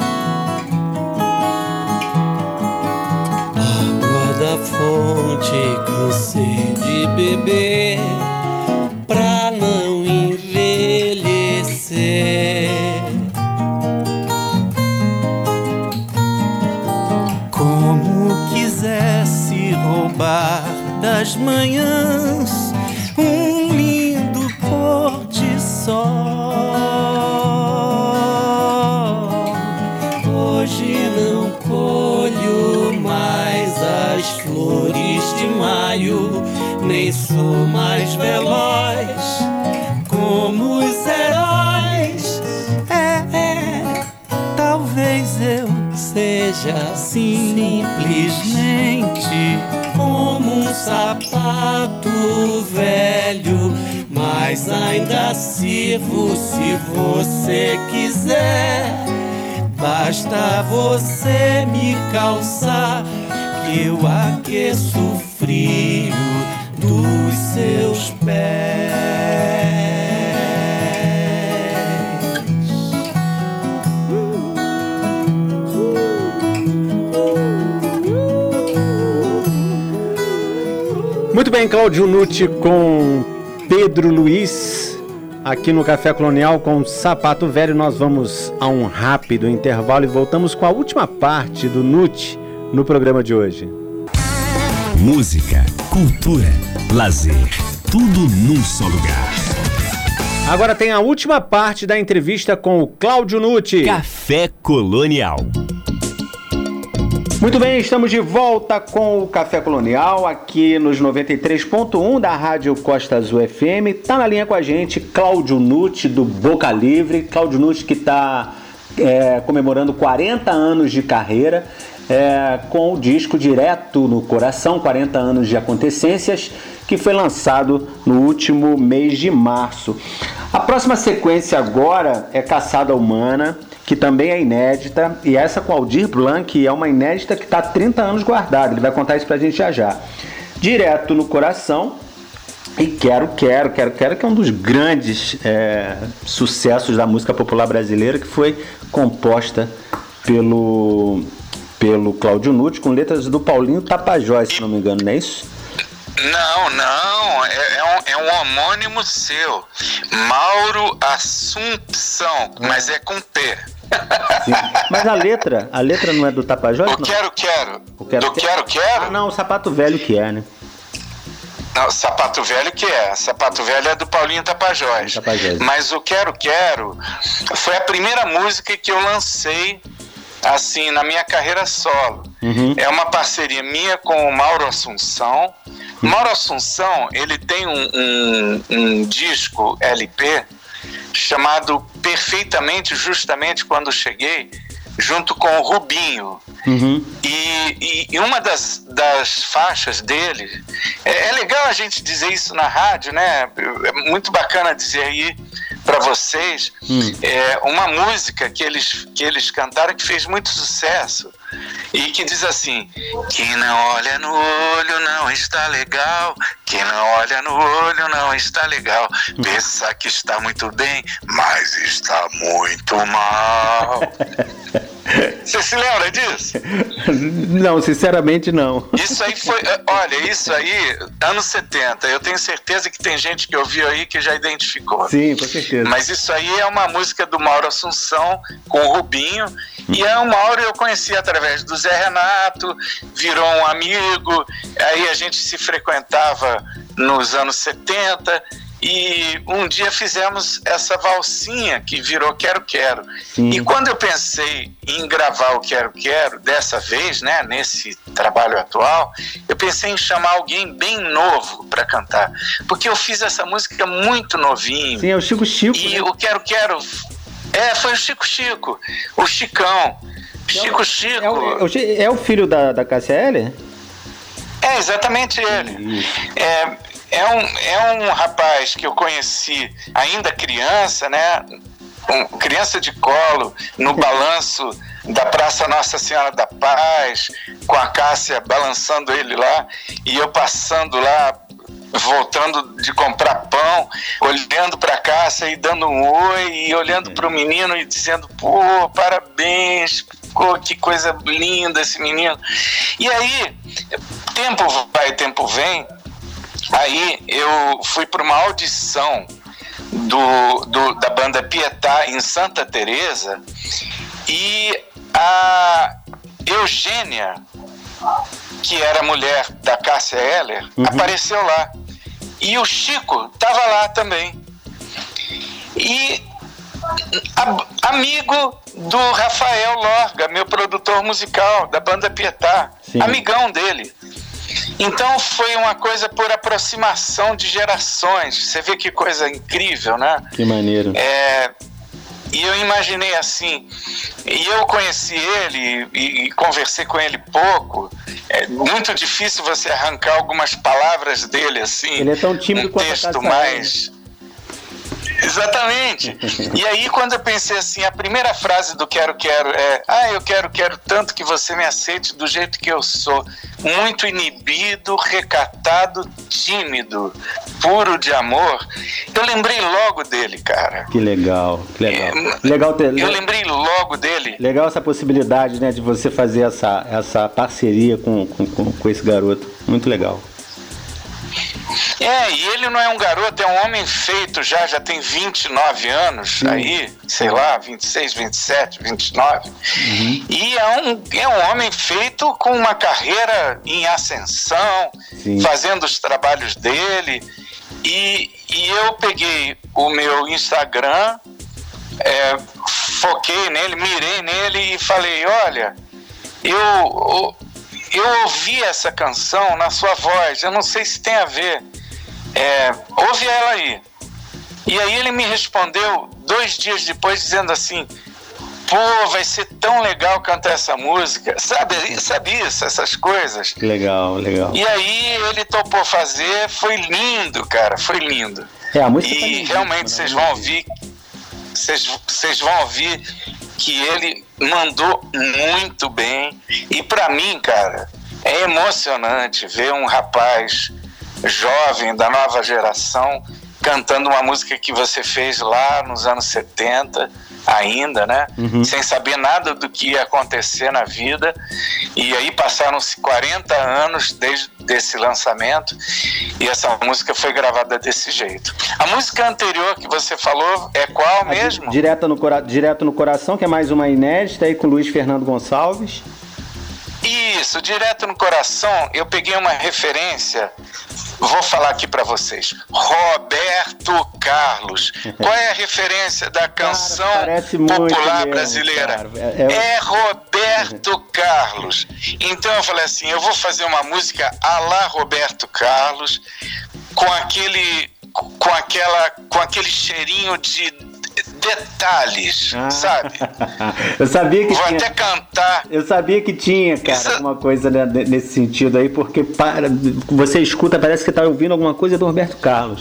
Água da fonte cansei de beber pra não envelhecer. Como quisesse roubar das manhãs um lindo pôr de sol. Hoje não colho mais as flores de maio, nem sou mais veloz como os heróis. É, é, talvez eu seja simplesmente como um sapato velho, mas ainda sirvo se você quiser. Basta você me calçar, que eu aqueço o frio dos seus pés. Muito bem, Cláudio Nutti com Pedro Luiz, aqui no Café Colonial com Sapato Velho. Nós vamos a um rápido intervalo e voltamos com a última parte do Nutti no programa de hoje. Música, cultura, lazer, tudo num só lugar. Agora tem a última parte da entrevista com o Cláudio Nutti. Café Colonial. Muito bem, estamos de volta com o Café Colonial aqui nos noventa e três ponto um da Rádio Costa Azul F M. Tá na linha com a gente Cláudio Nutti do Boca Livre. Cláudio Nutti que está é, comemorando quarenta anos de carreira é, com o disco Direto no Coração, quarenta anos de acontecências, que foi lançado no último mês de março. A próxima sequência agora é Caçada Humana, que também é inédita, e essa com Aldir Blanc é uma inédita que está há trinta anos guardada. Ele vai contar isso pra gente já já. Direto no Coração e Quero, Quero, Quero, Quero, que é um dos grandes é, sucessos da música popular brasileira, que foi composta pelo, pelo Cláudio Nutti, com letras do Paulinho Tapajós, se não me engano, não é isso? Não, não, é, é, um, é um homônimo seu, Mauro Assumpção, mas é com P. Sim. Mas a letra, a letra não é do Tapajós? O Quero Quero. O quero, do Quero Quero? Ah, não, o Sapato Velho que é, né? Não, Sapato Velho que é. Sapato Velho é do Paulinho Tapajós. Tapajós. Mas o Quero Quero foi a primeira música que eu lancei assim na minha carreira solo. Uhum. É uma parceria minha com o Mauro Assunção. Uhum. Mauro Assunção, ele tem um, um, um disco L P chamado Perfeitamente, justamente quando cheguei, junto com o Rubinho. Uhum. E, e uma das, das faixas dele, é, é legal a gente dizer isso na rádio, né? É muito bacana dizer aí para vocês, hum. é, uma música que eles, que eles cantaram que fez muito sucesso e que diz assim: quem não olha no olho não está legal, quem não olha no olho não está legal, pensa que está muito bem, mas está muito mal. Você se lembra disso? Não, sinceramente não. Isso aí foi, olha, isso aí, anos setenta, eu tenho certeza que tem gente que ouviu aí que já identificou. Sim, com certeza. Mas isso aí é uma música do Mauro Assunção com o Rubinho, hum. e é o Mauro eu conheci através do Zé Renato, virou um amigo, aí a gente se frequentava nos anos setenta, e um dia fizemos essa valsinha que virou Quero Quero. Sim. E quando eu pensei em gravar o Quero Quero, dessa vez, né, nesse trabalho atual, eu pensei em chamar alguém bem novo para cantar, porque eu fiz essa música muito novinho. Sim, é o Chico Chico. E né? o Quero Quero, é, foi o Chico Chico, o Chicão. É Chico o, Chico. É o, é o filho da, da Cássia Eller? É, exatamente ele. É... É um, é um rapaz que eu conheci ainda criança, né? Um, criança de colo, no balanço da Praça Nossa Senhora da Paz, com a Cássia balançando ele lá, e eu passando lá, voltando de comprar pão, olhando para a Cássia e dando um oi, e olhando para o menino e dizendo: pô, parabéns, pô, que coisa linda esse menino. E aí, tempo vai, tempo vem. Aí eu fui para uma audição do, do, da banda Pietá em Santa Teresa, e a Eugênia, que era mulher da Cássia Eller, uhum. apareceu lá. E o Chico estava lá também. E a, amigo do Rafael Lorga, meu produtor musical da banda Pietá, Sim. amigão dele. Então foi uma coisa por aproximação de gerações. Você vê que coisa incrível, né? Que maneiro. É, e eu imaginei assim, e eu conheci ele e, e conversei com ele pouco. É muito difícil você arrancar algumas palavras dele assim. Ele é tão tímido um quanto texto a mais... Exatamente. E aí quando eu pensei assim, a primeira frase do Quero Quero é: ah, eu quero, quero tanto que você me aceite do jeito que eu sou, muito inibido, recatado, tímido, puro de amor. Eu lembrei logo dele, cara. Que legal, que legal. É, legal ter, eu lembrei logo dele. Legal essa possibilidade, né, de você fazer essa, essa parceria com, com, com esse garoto. Muito legal. É, e ele não é um garoto, é um homem feito já, já tem vinte e nove anos, Sim. aí, sei lá, vinte e seis, vinte e sete, vinte e nove. Uhum. E é um, é um homem feito com uma carreira em ascensão, Sim. fazendo os trabalhos dele. E, e eu peguei o meu Instagram, é, foquei nele, mirei nele e falei: olha, eu... eu Eu ouvi essa canção na sua voz, eu não sei se tem a ver, é, ouve ela aí. E aí ele me respondeu dois dias depois dizendo assim: pô, vai ser tão legal cantar essa música, sabe, sabe isso, essas coisas. Legal, legal. E aí ele topou fazer, foi lindo, cara, foi lindo. É, a música e tá lindo, realmente vocês vão ouvir, vocês, vocês vão ouvir que ele mandou muito bem. E pra mim, cara, é emocionante ver um rapaz jovem da nova geração cantando uma música que você fez lá nos anos setenta, ainda, né? Uhum. Sem saber nada do que ia acontecer na vida. E aí passaram-se quarenta anos desde esse lançamento e essa música foi gravada desse jeito. A música anterior que você falou é qual mesmo? Direto no, cora- Direto no Coração, que é mais uma inédita aí com Luiz Fernando Gonçalves. Isso, Direto no Coração, eu peguei uma referência, vou falar aqui para vocês. Roberto Carlos. Qual é a referência da canção cara, popular mesmo, brasileira? É, é... é Roberto Carlos. Então eu falei assim, eu vou fazer uma música à la Roberto Carlos, com aquele, com aquela, com aquele cheirinho de detalhes, ah. sabe? Eu sabia que Vou tinha. até cantar. Eu sabia que tinha, cara, Isso... alguma coisa nesse sentido aí, porque para... você escuta, parece que tá ouvindo alguma coisa do Roberto Carlos.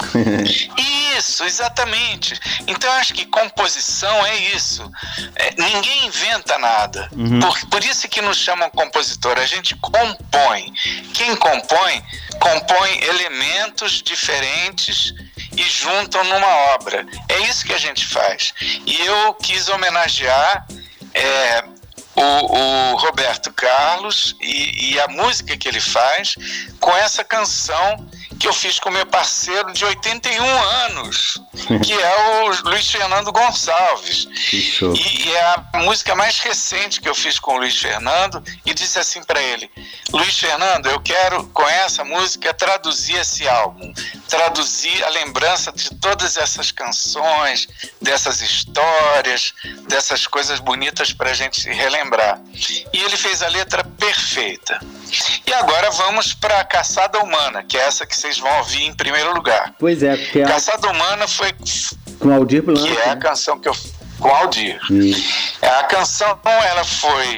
Isso, exatamente. Então eu acho que composição é isso. É, ninguém inventa nada. Uhum. Por, por isso que nos chamam compositor. A gente compõe. Quem compõe, compõe elementos diferentes e juntam numa obra. É isso que a gente faz. E eu quis homenagear é, o, o Roberto Carlos e, e a música que ele faz com essa canção que eu fiz com meu parceiro de oitenta e um anos, que é o Luiz Fernando Gonçalves. E, e é a música mais recente que eu fiz com o Luiz Fernando, e disse assim para ele: Luiz Fernando, eu quero com essa música traduzir esse álbum, traduzir a lembrança de todas essas canções, dessas histórias, dessas coisas bonitas para a gente relembrar. E ele fez a letra perfeita. E agora vamos para a Caçada Humana, que é essa que vocês vão ouvir em primeiro lugar. Pois é, porque a... Caçada Humana foi com Aldir Blanc, que é a né? canção que eu com Aldir. Hum. A canção ela foi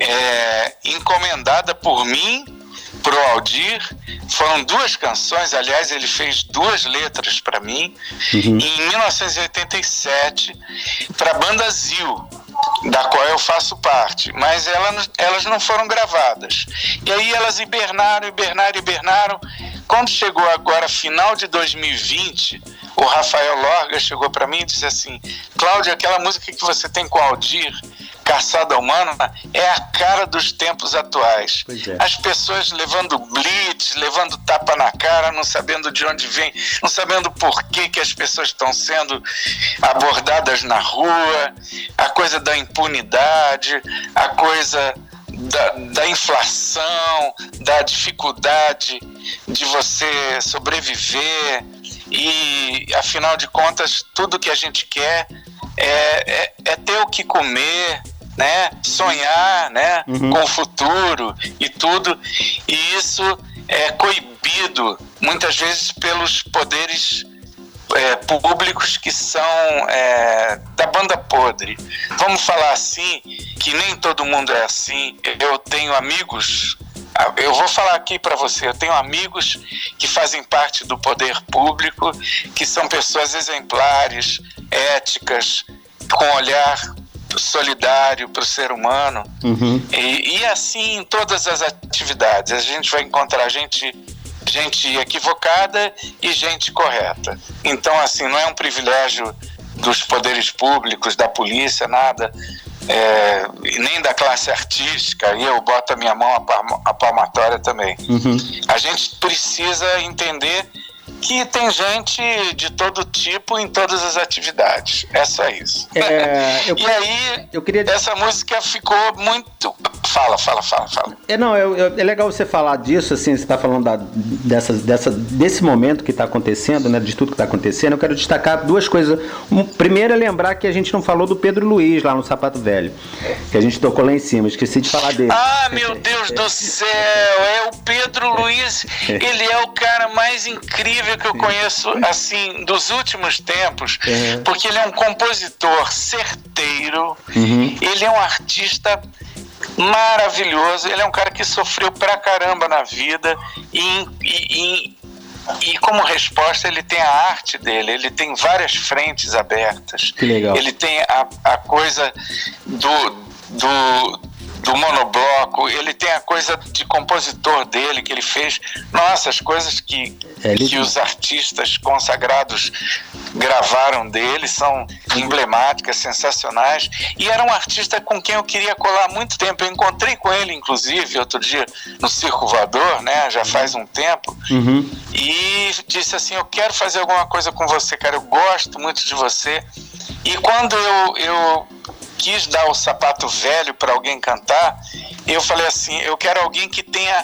é, encomendada por mim pro Aldir. Foram duas canções, aliás, ele fez duas letras para mim, uhum. em mil novecentos e oitenta e sete, para a banda Zil, da qual eu faço parte, mas elas, elas não foram gravadas. E aí elas hibernaram, hibernaram, hibernaram. Quando chegou agora, final de dois mil e vinte, o Rafael Lorga chegou para mim e disse assim: Cláudio, aquela música que você tem com o Aldir, Caçada Humana, é a cara dos tempos atuais. É. As pessoas levando blitz, levando tapa na cara, não sabendo de onde vem, não sabendo por que, que as pessoas estão sendo abordadas na rua, a coisa da impunidade, a coisa da, da inflação, da dificuldade de você sobreviver. E, afinal de contas, tudo que a gente quer é, é, é ter o que comer, né? Sonhar, né? Uhum. Com o futuro e tudo. E isso é coibido, muitas vezes, pelos poderes é, públicos que são é, da banda podre. Vamos falar assim, que nem todo mundo é assim. Eu tenho amigos... Eu vou falar aqui para você, eu tenho amigos que fazem parte do poder público, que são pessoas exemplares, éticas, com olhar solidário para o ser humano. Uhum. E, e assim em todas as atividades, a gente vai encontrar gente, gente equivocada e gente correta. Então, assim, não é um privilégio dos poderes públicos, da polícia, nada... É, nem da classe artística, e eu boto a minha mão a palmatória também. Uhum. A gente precisa entender que tem gente de todo tipo em todas as atividades. É só isso. É, eu, e aí, eu queria... essa música ficou muito... Fala, fala, fala, fala. É, não, é, é legal você falar disso, assim, você está falando da, dessa, dessa, desse momento que está acontecendo, né, de tudo que está acontecendo. Eu quero destacar duas coisas. Um, primeiro é lembrar que a gente não falou do Pedro Luiz lá no Sapato Velho, que a gente tocou lá em cima, esqueci de falar dele. Ah, meu Deus do céu, é o Pedro Luiz, ele é o cara mais incrível que eu conheço, assim, dos últimos tempos, uhum. porque ele é um compositor certeiro, uhum. ele é um artista maravilhoso, ele é um cara que sofreu pra caramba na vida e, e, e, e como resposta ele tem a arte dele, ele tem várias frentes abertas. Que legal. Ele tem a, a coisa do, do, do monobloco, ele tem a coisa de compositor dele, que ele fez, nossa, as coisas que, é, ele... que os artistas consagrados gravaram dele são emblemáticas, sensacionais, e era um artista com quem eu queria colar há muito tempo. Eu encontrei com ele, inclusive, outro dia no Circo Voador, né, já faz um tempo, uhum. e disse assim, eu quero fazer alguma coisa com você, cara, eu gosto muito de você. E quando eu, eu quis dar o Sapato Velho para alguém cantar, eu falei assim, eu quero alguém que tenha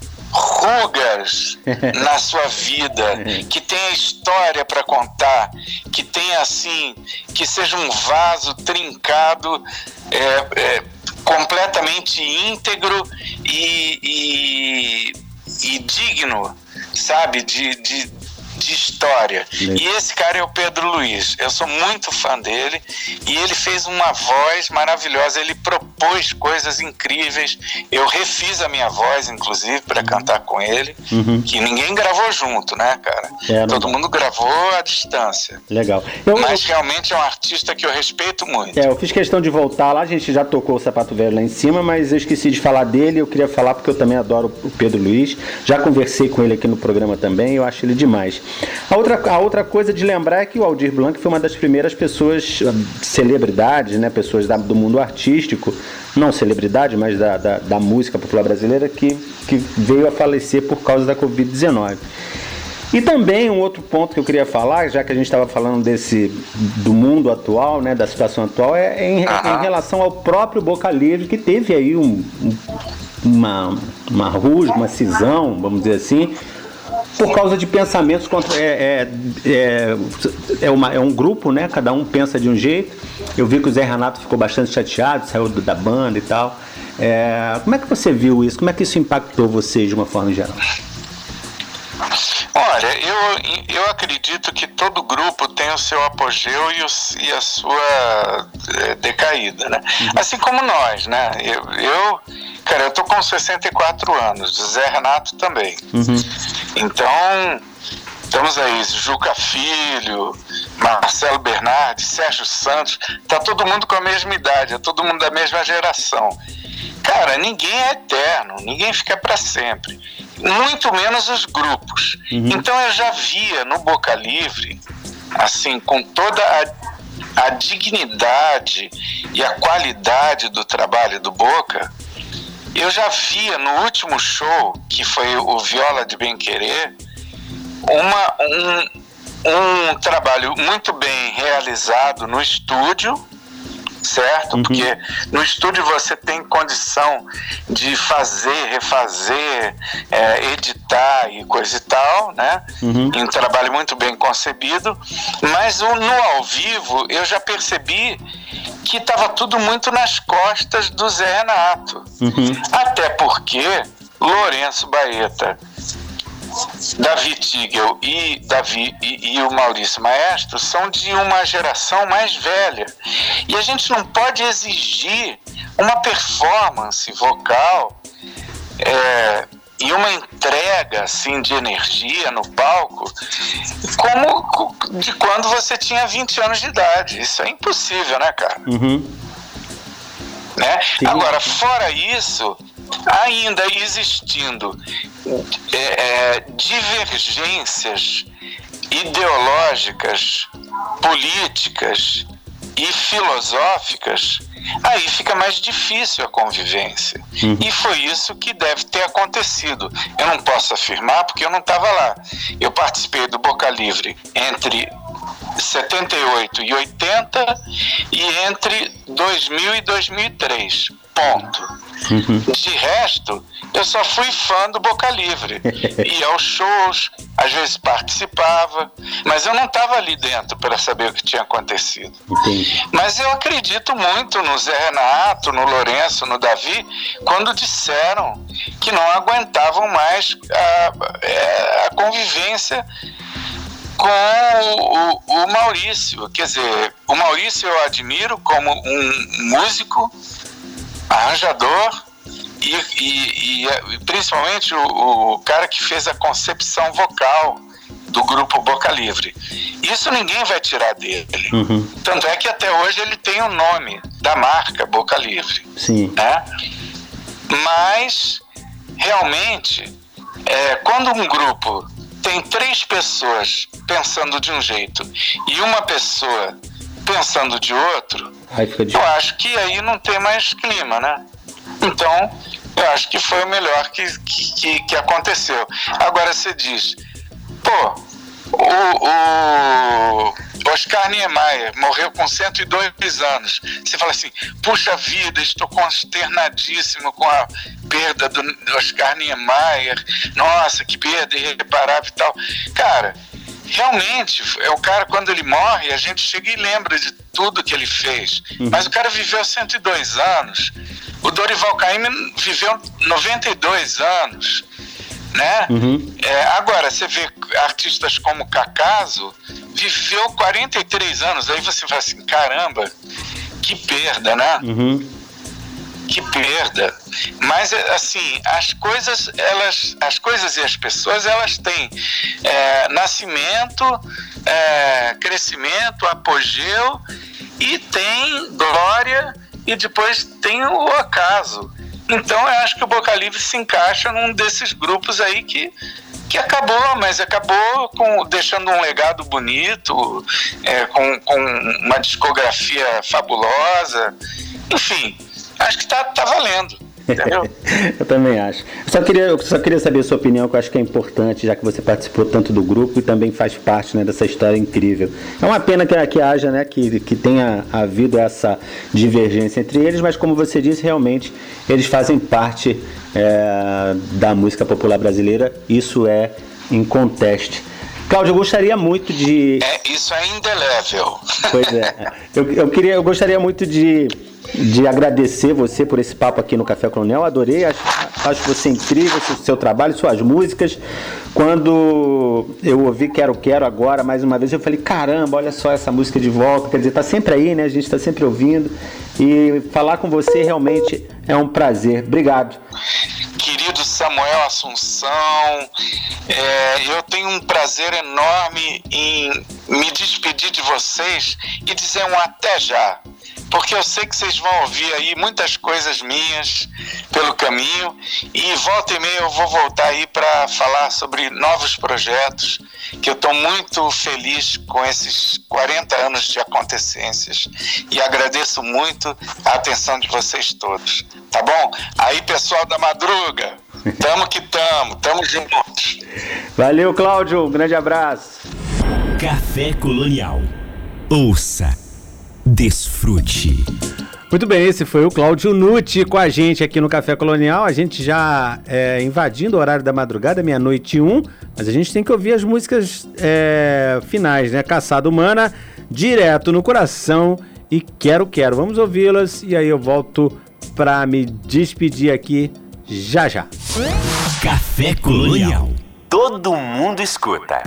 rugas na sua vida, que tenha história para contar, que tenha assim, que seja um vaso trincado, é, é, completamente íntegro e, e, e digno, sabe, de, de de história. E esse cara é o Pedro Luiz. Eu sou muito fã dele e ele fez uma voz maravilhosa. Ele propôs coisas incríveis. Eu refiz a minha voz, inclusive, para cantar com ele, uhum. que ninguém gravou junto, né, cara? É, Todo mundo gravou à distância. Legal. Eu, Mas eu... realmente é um artista que eu respeito muito. É, eu fiz questão de voltar lá. A gente já tocou o Sapato Velho lá em cima, mas eu esqueci de falar dele. Eu queria falar porque eu também adoro o Pedro Luiz. Já conversei com ele aqui no programa também. Eu acho ele demais. A outra, a outra coisa de lembrar é que o Aldir Blanc foi uma das primeiras pessoas, celebridades, né, pessoas da, do mundo artístico, não celebridade, mas da, da, da música popular brasileira, que, que veio a falecer por causa da covid dezenove. E também um outro ponto que eu queria falar, já que a gente estava falando desse, do mundo atual, né, da situação atual, é em, em relação ao próprio Boca Livre, que teve aí um, um, uma, uma rusga, uma cisão, vamos dizer assim, por causa de pensamentos contra. É, é, é, é, uma, é um grupo, né? Cada um pensa de um jeito. Eu vi que o Zé Renato ficou bastante chateado, saiu da banda e tal. É, como é que você viu isso? Como é que isso impactou vocês de uma forma geral? Olha, eu, eu acredito que todo grupo tem o seu apogeu e, o, e a sua é, decaída, né? Uhum. Assim como nós, né? Eu, eu, cara, eu tô com sessenta e quatro anos, o Zé Renato também. Uhum. Então, estamos aí, Juca Filho, Marcelo Bernardi, Sérgio Santos, tá todo mundo com a mesma idade, é todo mundo da mesma geração. Cara, ninguém é eterno, ninguém fica para sempre. Muito menos os grupos. Uhum. Então eu já via no Boca Livre, assim, com toda a, a dignidade e a qualidade do trabalho do Boca, eu já via no último show, que foi o Viola de Bem Querer, uma, um, um trabalho muito bem realizado no estúdio, certo? Uhum. Porque no estúdio você tem condição de fazer, refazer, é, editar e coisa e tal, né? Uhum. E um trabalho muito bem concebido, mas o, no ao vivo eu já percebi que estava tudo muito nas costas do Zé Renato. Uhum. Até porque Lourenço Baeta, Davi Tigel e, Davi, e, e o Maurício Maestro são de uma geração mais velha. E a gente não pode exigir uma performance vocal é, e uma entrega assim, de energia no palco como de quando você tinha vinte anos de idade. Isso é impossível, né, cara? Uhum. Né? Agora, fora isso, ainda existindo é, é, divergências ideológicas, políticas e filosóficas, aí fica mais difícil a convivência. Uhum. E foi isso que deve ter acontecido. Eu não posso afirmar porque eu não estava lá. Eu participei do Boca Livre entre setenta e oito e oitenta e entre dois mil e dois mil e três. Ponto. Uhum. De resto, eu só fui fã do Boca Livre. Ia aos shows, às vezes participava, mas eu não estava ali dentro para saber o que tinha acontecido. Entendi. Mas eu acredito muito no Zé Renato, no Lourenço, no Davi, quando disseram que não aguentavam mais a, a convivência com o, o, o Maurício. Quer dizer, o Maurício eu admiro como um músico, arranjador e, e, e principalmente o, o cara que fez a concepção vocal do grupo Boca Livre. Isso ninguém vai tirar dele. Uhum. Tanto é que até hoje ele tem o nome da marca Boca Livre. Sim. Né? Mas, realmente, é, quando um grupo tem três pessoas pensando de um jeito e uma pessoa pensando de outro, eu acho que aí não tem mais clima, né? Então, eu acho que foi o melhor que, que, que aconteceu. Agora você diz, pô, o, o Oscar Niemeyer morreu com cento e dois anos. Você fala assim, puxa vida, estou consternadíssimo com a perda do Oscar Niemeyer. Nossa, que perda irreparável e tal. Cara, realmente, é o cara, quando ele morre, a gente chega e lembra de tudo que ele fez. Uhum. Mas o cara viveu cento e dois anos. O Dorival Caymmi viveu noventa e dois anos. Né? Uhum. É, agora, você vê artistas como Cacaso, viveu quarenta e três anos. Aí você fala assim, caramba, que perda, né? Uhum. Que perda. Mas, assim, as coisas, elas, as coisas e as pessoas, elas têm é, nascimento, é, crescimento, apogeu, e tem glória, e depois tem o acaso. Então, eu acho que o Boca Livre se encaixa num desses grupos aí que, que acabou, mas acabou com, deixando um legado bonito, é, com, com uma discografia fabulosa. Enfim, acho que tá, tá valendo. Entendeu? Eu também acho. Eu só queria, eu só queria saber a sua opinião, que eu acho que é importante, já que você participou tanto do grupo e também faz parte, né, dessa história incrível. É uma pena que, que haja, né, que, que tenha havido essa divergência entre eles, mas como você disse, realmente eles fazem parte é, da música popular brasileira. Isso é inconteste. Cláudio, eu gostaria muito de... É, isso é indelével. Pois é. Eu, eu, queria, eu gostaria muito de... de agradecer você por esse papo aqui no Café Colonial. Adorei, acho, acho você incrível, seu, seu trabalho, suas músicas. Quando eu ouvi Quero Quero agora, mais uma vez, eu falei, caramba, olha só essa música de volta. Quer dizer, tá sempre aí, né? A gente tá sempre ouvindo. E falar com você realmente é um prazer. Obrigado. Querido Samuel Assunção, é, eu tenho um prazer enorme em me despedir de vocês e dizer um até já. Porque eu sei que vocês vão ouvir aí muitas coisas minhas pelo caminho, e volta e meia eu vou voltar aí para falar sobre novos projetos, que eu estou muito feliz com esses quarenta anos de acontecências, e agradeço muito a atenção de vocês todos, tá bom? Aí, pessoal da Madruga, tamo que tamo, tamo juntos. Valeu, Cláudio, um grande abraço. Café Colonial. Ouça, desfrute. Muito bem, esse foi o Cláudio Nutti com a gente aqui no Café Colonial. A gente já é, invadindo o horário da madrugada, meia-noite e um, mas a gente tem que ouvir as músicas é, finais, né? Caçada Humana, Direto no Coração e Quero Quero. Vamos ouvi-las e aí eu volto para me despedir aqui já já. Café Colonial. Todo mundo escuta.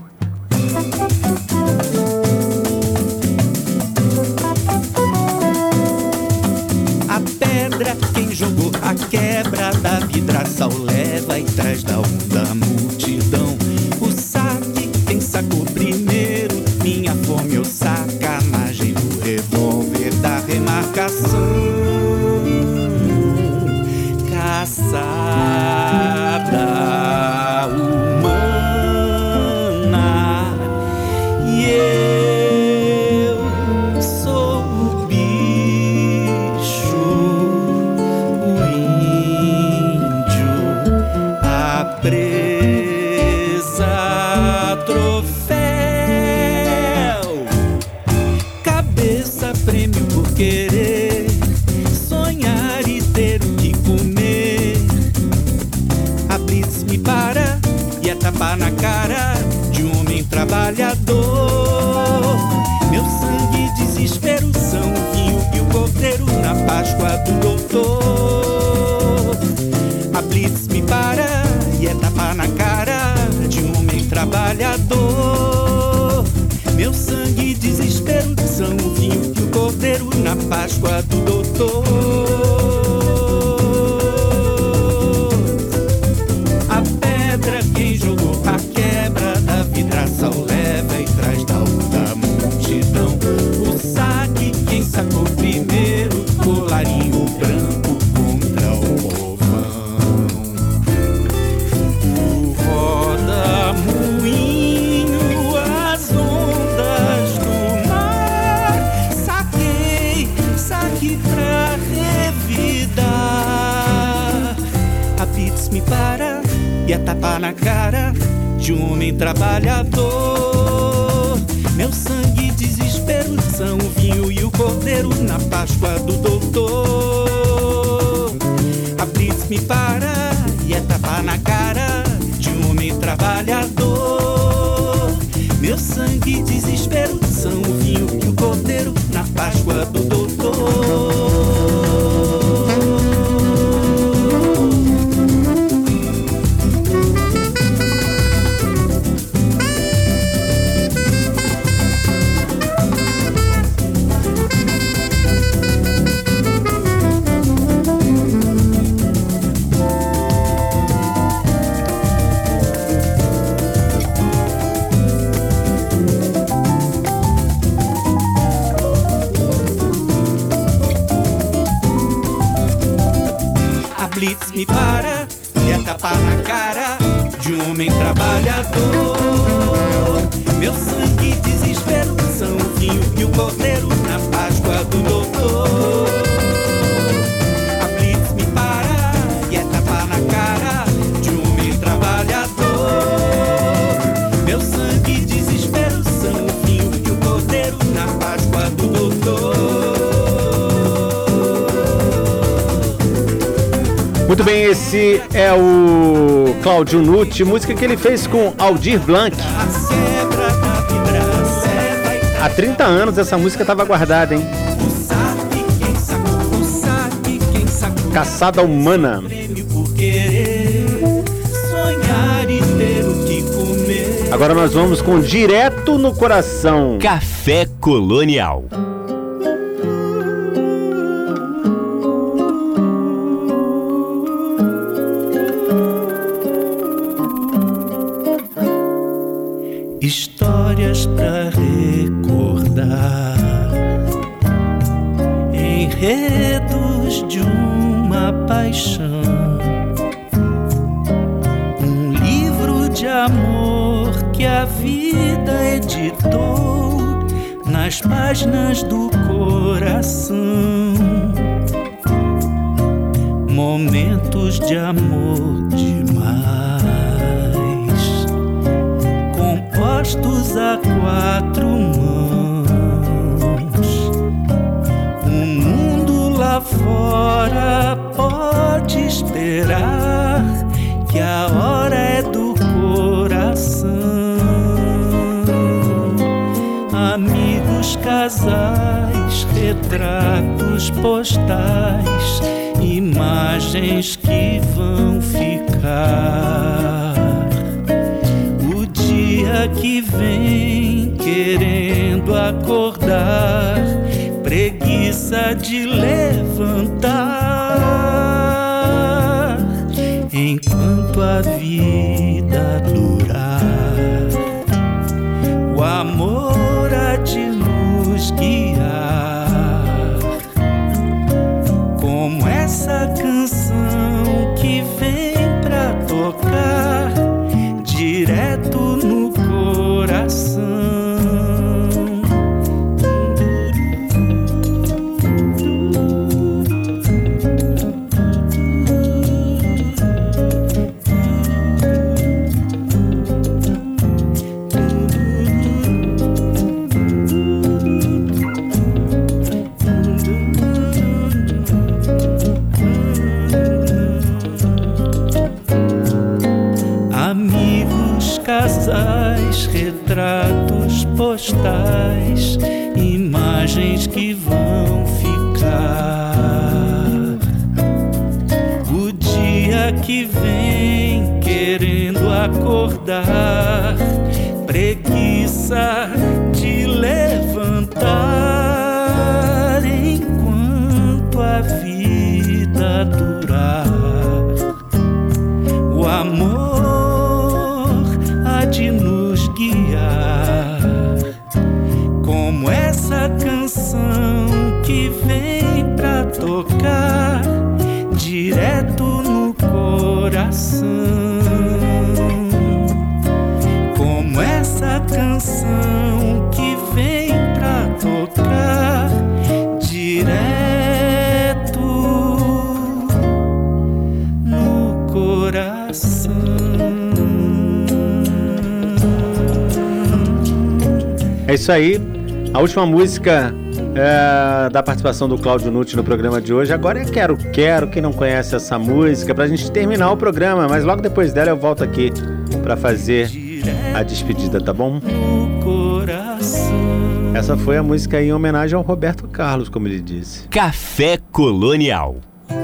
A pedra, quem jogou a quebra da vidraça o leva e traz da onda a multidão. O saque, quem sacou primeiro, minha fome ou sacanagem no revólver da remarcação. Caçada humana, e eu sou o bicho, o índio, a presa, troféu, cabeça, prêmio por querer sonhar e ter o que comer. A blitz me para e é tapa na cara de um homem trabalhador. Meu sangue e desespero são o vinho e o cordeiro na Páscoa do doutor. A blitz me para e é tapa na cara de um homem trabalhador. Meu sangue e desespero são o vinho e o cordeiro na Páscoa do doutor. A pedra, quem jogou a quebra da vidraça o leva e traz da outra multidão. O saque, quem sacou primeiro, colarinho branco contra o povo. blitz me para e é tapa na cara de um homem trabalhador. Meu sangue e desespero são o vinho e o cordeiro na Páscoa do doutor. A blitz me para e é tapa na cara de um homem trabalhador. Meu sangue e desespero são o vinho e o cordeiro na Páscoa do doutor. Blitz me para e é tapa na cara de um homem trabalhador. Meu sangue e desespero são o vinho e o cordeiro na Páscoa do doutor. A blitz me para e é tapa na cara de um homem trabalhador. Meu sangue e desespero são o vinho e o cordeiro na Páscoa do doutor. Muito bem, esse é o Cláudio Nutti, música que ele fez com Aldir Blanc. Há trinta anos essa música estava guardada, hein? Caçada Humana. Agora nós vamos com Direto no Coração. Café Colonial. Histórias pra recordar, enredos de uma paixão, um livro de amor que a vida editou nas páginas do coração. Momentos de amor demais, compostos a quatro mãos. O mundo lá fora pode esperar que a hora é do coração. Amigos, casais, retratos postais, imagens que vão ficar. O dia que vem querendo acordar, preguiça de levantar. Enquanto a vida durar, o amor há de nos guiar. Como essa canção que vem pra tocar direto no coração. Casais, retratos postais, imagens que vão ficar. O dia que vem querendo acordar, preguiça de levantar. Enquanto a vida durar, o amor de nos guiar. Como essa canção que vem pra tocar direto no coração. Como essa canção que vem pra tocar direto no coração. coração. É isso aí. A última música é, da participação do Cláudio Nutti no programa de hoje. Agora é Quero Quero. Quem não conhece essa música, pra gente terminar o programa. Mas logo depois dela eu volto aqui pra fazer a despedida, tá bom? Essa foi a música em homenagem ao Roberto Carlos, como ele disse. Café Colonial.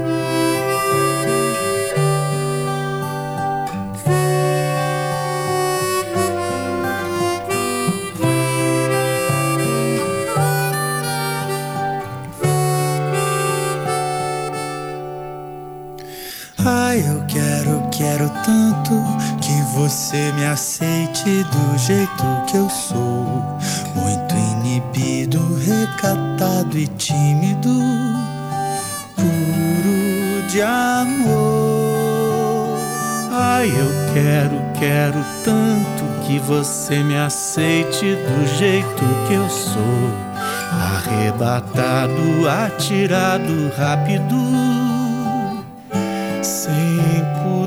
Ai, eu quero, quero tanto que você me aceite do jeito que eu sou. Muito inibido, recatado e tímido, puro de amor. Ai, eu quero, quero tanto que você me aceite do jeito que eu sou. Arrebatado, atirado, rápido, sem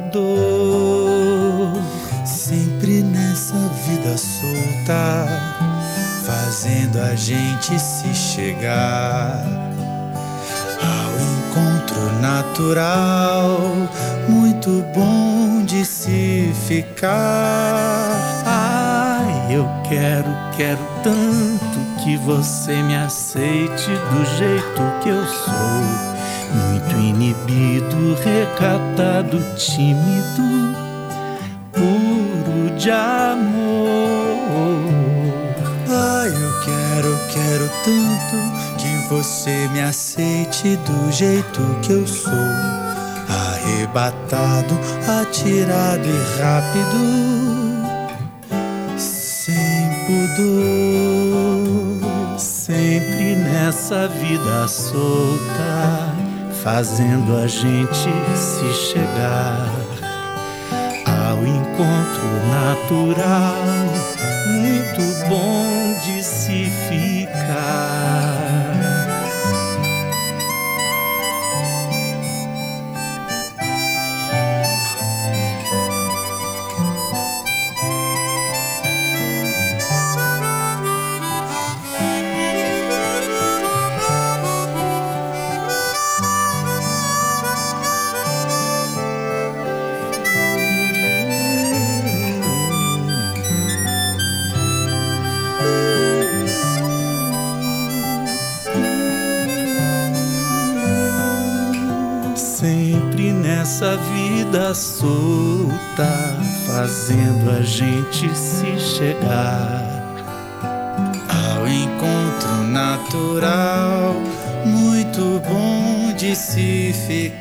pudor, sempre nessa vida solta, fazendo a gente se chegar ao encontro natural, muito bom de se ficar. Ai, eu quero, quero tanto que você me aceite do jeito que eu sou. Muito inibido, recatado, tímido, puro de amor. Ai, eu quero, quero tanto que você me aceite do jeito que eu sou. Arrebatado, atirado e rápido, sem pudor, sempre nessa vida solta, fazendo a gente se chegar ao encontro natural, muito bom de se ficar. Sempre nessa vida solta, fazendo a gente se chegar ao encontro natural, muito bom de se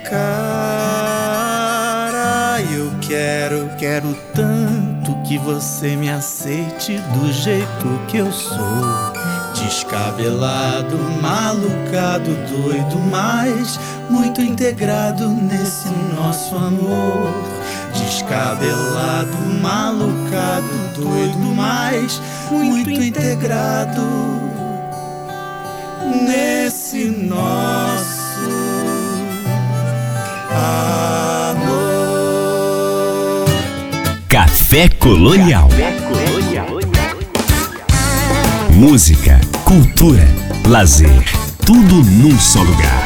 ficar. Ai, eu quero, quero tanto que você me aceite do jeito que eu sou. Descabelado, malucado, doido, mas muito integrado nesse nosso amor. Descabelado, malucado, doido, mas muito integrado nesse nosso amor. Café Colonial. Café Colonial. Música, cultura, lazer, tudo num só lugar.